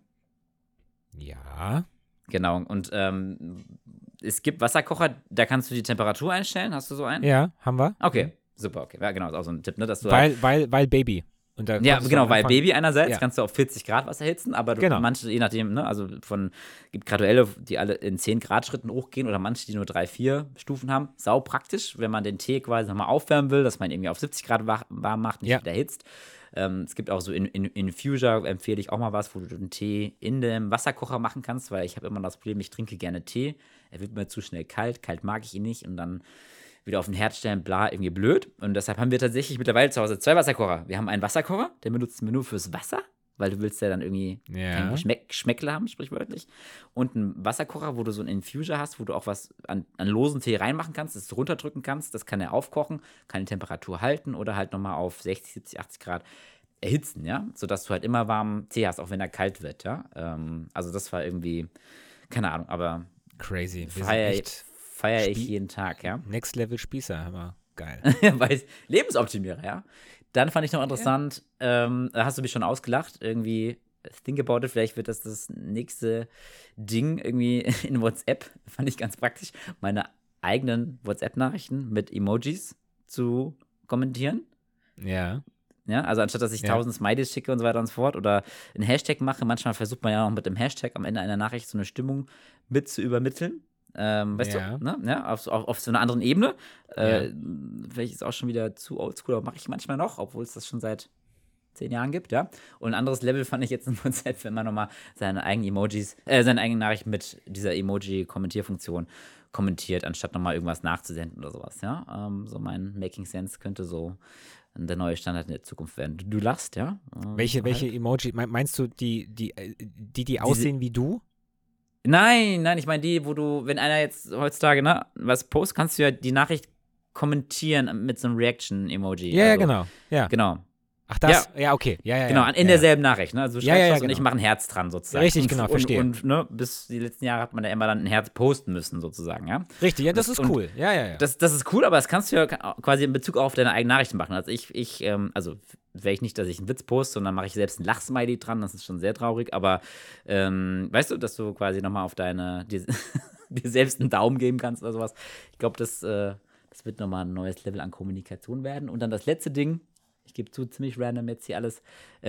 Ja. Genau, und es gibt Wasserkocher, da kannst du die Temperatur einstellen. Hast du so einen? Ja, haben wir. Okay, super, okay. Ja, genau, ist auch so ein Tipp, ne, dass du halt, Weil Baby. Und da ja, konntest du genau, am weil Anfang- Baby einerseits Ja. kannst du auf 40 Grad Wasser erhitzen, aber Genau. manche, je nachdem, ne, also gibt graduelle, die alle in 10 Grad Schritten hochgehen oder manche, die nur 3, 4 Stufen haben. Sau praktisch, wenn man den Tee quasi nochmal aufwärmen will, dass man ihn irgendwie auf 70 Grad warm macht, nicht Ja. wieder erhitzt. Es gibt auch so in Infuser, empfehle ich auch mal was, wo du den Tee in dem Wasserkocher machen kannst, weil ich habe immer das Problem, ich trinke gerne Tee. Er wird mir zu schnell kalt mag ich ihn nicht und dann wieder auf den Herd stellen, bla, irgendwie blöd. Und deshalb haben wir tatsächlich mittlerweile zu Hause 2 Wasserkocher. Wir haben einen Wasserkocher, den benutzen wir nur fürs Wasser, weil du willst ja dann irgendwie Ja. kein Geschmäckle haben, sprichwörtlich. Und einen Wasserkocher, wo du so einen Infuser hast, wo du auch was an losen Tee reinmachen kannst, das du runterdrücken kannst, das kann er aufkochen, kann die Temperatur halten oder halt nochmal auf 60, 70, 80 Grad erhitzen, ja, sodass du halt immer warmen Tee hast, auch wenn er kalt wird, ja. Also das war irgendwie, keine Ahnung, aber Crazy. Wir sind feiere echt ich Spie- jeden Tag, ja. Next Level Spießer, aber geil. Weil Lebensoptimierer, ja. Dann fand ich noch interessant, da hast du mich schon ausgelacht, irgendwie think about it, vielleicht wird das nächste Ding irgendwie in WhatsApp, fand ich ganz praktisch, meine eigenen WhatsApp-Nachrichten mit Emojis zu kommentieren. Ja. Ja, also anstatt dass ich Ja. 1000 Smileys schicke und so weiter und so fort oder einen Hashtag mache, manchmal versucht man ja auch mit dem Hashtag am Ende einer Nachricht so eine Stimmung mit zu übermitteln. Weißt Ja. du, ne? Ja, auf so einer anderen Ebene. Ja. Vielleicht ist auch schon wieder zu oldschool, aber mache ich manchmal noch, obwohl es das schon seit 10 Jahren gibt, ja. Und ein anderes Level fand ich jetzt in WhatsApp, wenn man nochmal seine eigenen Nachrichten mit dieser Emoji-Kommentierfunktion kommentiert, anstatt nochmal irgendwas nachzusenden oder sowas, ja. So mein Making Sense könnte so der neue Standard in der Zukunft werden. Du lachst, ja? Welche Halt. Emoji? Meinst du die aussehen wie du? Nein, ich meine die, wo du, wenn einer jetzt heutzutage, ne, was postet, kannst du ja die Nachricht kommentieren mit so einem Reaction-Emoji. Ja, also, genau. Ja. Genau. Ach, das? Ja, okay. Ja, Genau, in derselben Nachricht, ne? Also du Ja, schreibst ja, was und genau. ich mache ein Herz dran sozusagen. Richtig, genau, verstehe. Und ne, bis die letzten Jahre hat man ja immer dann ein Herz posten müssen sozusagen, ja. Richtig, ja, das ist Und cool. Ja. Das ist cool, aber das kannst du ja quasi in Bezug auf deine eigenen Nachrichten machen. Also also wäre ich nicht, dass ich einen Witz poste, sondern mache ich selbst ein Lachsmiley dran, das ist schon sehr traurig, aber weißt du, dass du quasi nochmal auf dir selbst einen Daumen geben kannst oder sowas. Ich glaube, das wird nochmal ein neues Level an Kommunikation werden. Und dann das letzte Ding, ich gebe zu, ziemlich random jetzt hier alles,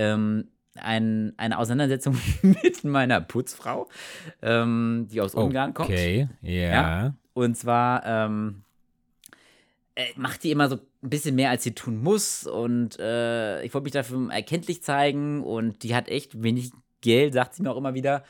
eine Auseinandersetzung mit meiner Putzfrau, die aus Ungarn kommt. Okay, ja. Und zwar macht die immer so ein bisschen mehr, als sie tun muss. Und ich wollte mich dafür erkenntlich zeigen. Und die hat echt wenig Geld, sagt sie mir auch immer wieder.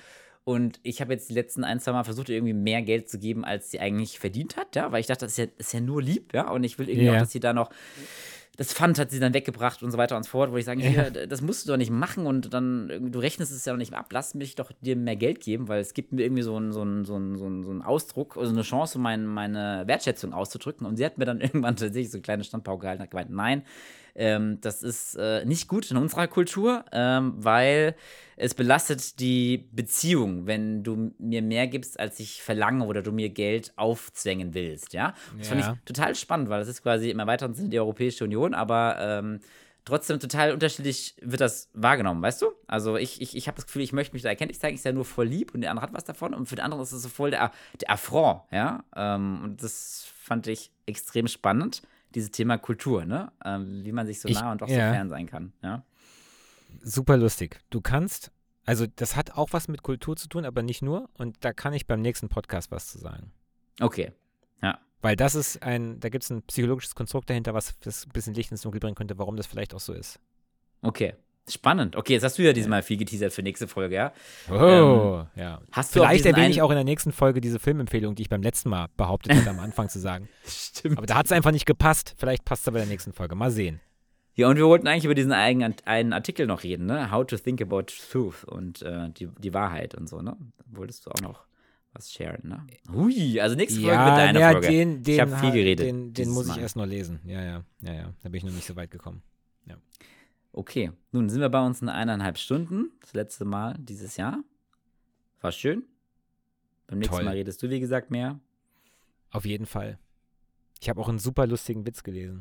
Und ich habe jetzt die letzten 1, 2 Mal versucht, ihr irgendwie mehr Geld zu geben, als sie eigentlich verdient hat, ja, weil ich dachte, ist ja nur lieb, ja, und ich will irgendwie auch, dass sie da noch, das Pfand hat sie dann weggebracht und so weiter und so fort, wo ich sage, hier, das musst du doch nicht machen und dann, du rechnest es ja noch nicht ab, lass mich doch dir mehr Geld geben, weil es gibt mir irgendwie so einen Ausdruck, also eine Chance, um meine Wertschätzung auszudrücken, und sie hat mir dann irgendwann tatsächlich so eine kleine Standpauke gehalten und hat gemeint, nein, das ist nicht gut in unserer Kultur, weil es belastet die Beziehung, wenn du mir mehr gibst, als ich verlange, oder du mir Geld aufzwängen willst, ja. Das fand ich total spannend, weil das ist quasi im erweiterten Sinne die Europäische Union, aber trotzdem total unterschiedlich wird das wahrgenommen, weißt du? Also ich habe das Gefühl, ich möchte mich da erkenntlich zeigen, ich sei nur voll lieb und der andere hat was davon, und für den anderen ist es so voll der Affront, ja. Und das fand ich extrem spannend, dieses Thema Kultur, ne? Wie man sich so nah und doch so fern sein kann, ja. Super lustig. Du kannst, also das hat auch was mit Kultur zu tun, aber nicht nur, und da kann ich beim nächsten Podcast was zu sagen. Okay, ja. Weil da gibt es ein psychologisches Konstrukt dahinter, was das ein bisschen Licht ins Dunkel bringen könnte, warum das vielleicht auch so ist. Okay, spannend. Okay, jetzt hast du ja diesmal viel geteasert für nächste Folge, ja? Ja. Hast du vielleicht erwähne ich auch in der nächsten Folge diese Filmempfehlung, die ich beim letzten Mal behauptet hatte, am Anfang zu sagen. Stimmt. Aber da hat es einfach nicht gepasst. Vielleicht passt es aber in der nächsten Folge. Mal sehen. Ja, und wir wollten eigentlich über diesen einen Artikel noch reden, ne? How to think about truth und die Wahrheit und so, ne? Wolltest du auch noch was sharen, ne? Hui, also nächste Folge wird deine Folge. Ich habe viel geredet. Den muss ich erst noch lesen. Ja. Da bin ich noch nicht so weit gekommen. Ja. Okay, nun sind wir bei uns in 1,5 Stunden. Das letzte Mal dieses Jahr. War schön. Beim nächsten Mal redest du, wie gesagt, mehr. Auf jeden Fall. Ich habe auch einen super lustigen Witz gelesen.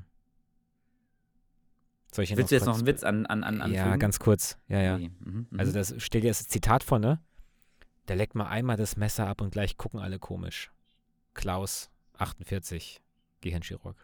Willst du jetzt noch einen Witz anfügen? Ja, ganz kurz. Ja. Okay. Also stell dir das Zitat vor, ne? Der leckt mal einmal das Messer ab und gleich gucken alle komisch. Klaus, 48, Gehirnchirurg.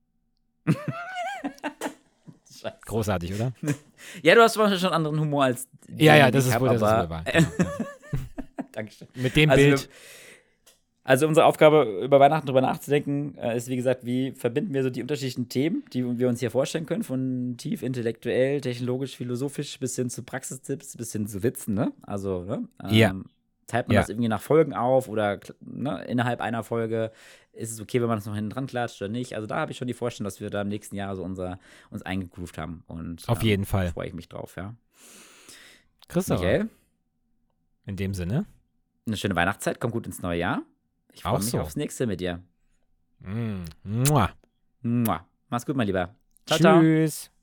Scheiße. Großartig, oder? Ja, du hast schon anderen Humor als das ist wohl wahr. Genau. Dankeschön. Mit dem Bild. Also unsere Aufgabe, über Weihnachten drüber nachzudenken, ist, wie gesagt, wie verbinden wir so die unterschiedlichen Themen, die wir uns hier vorstellen können, von tief intellektuell, technologisch, philosophisch bis hin zu Praxistipps, bis hin zu Witzen, ne? Also, ne? Teilt man das irgendwie nach Folgen auf oder ne, innerhalb einer Folge? Ist es okay, wenn man das noch hinten dran klatscht oder nicht? Also da habe ich schon die Vorstellung, dass wir da im nächsten Jahr so uns eingegroovt haben. Und auf jeden Fall. Freue ich mich drauf, ja. Christoph. Michael? In dem Sinne. Eine schöne Weihnachtszeit, komm gut ins neue Jahr. Ich freue mich aufs nächste mit dir. Mua. Mach's gut, mein Lieber. Ciao, ciao. Tschüss.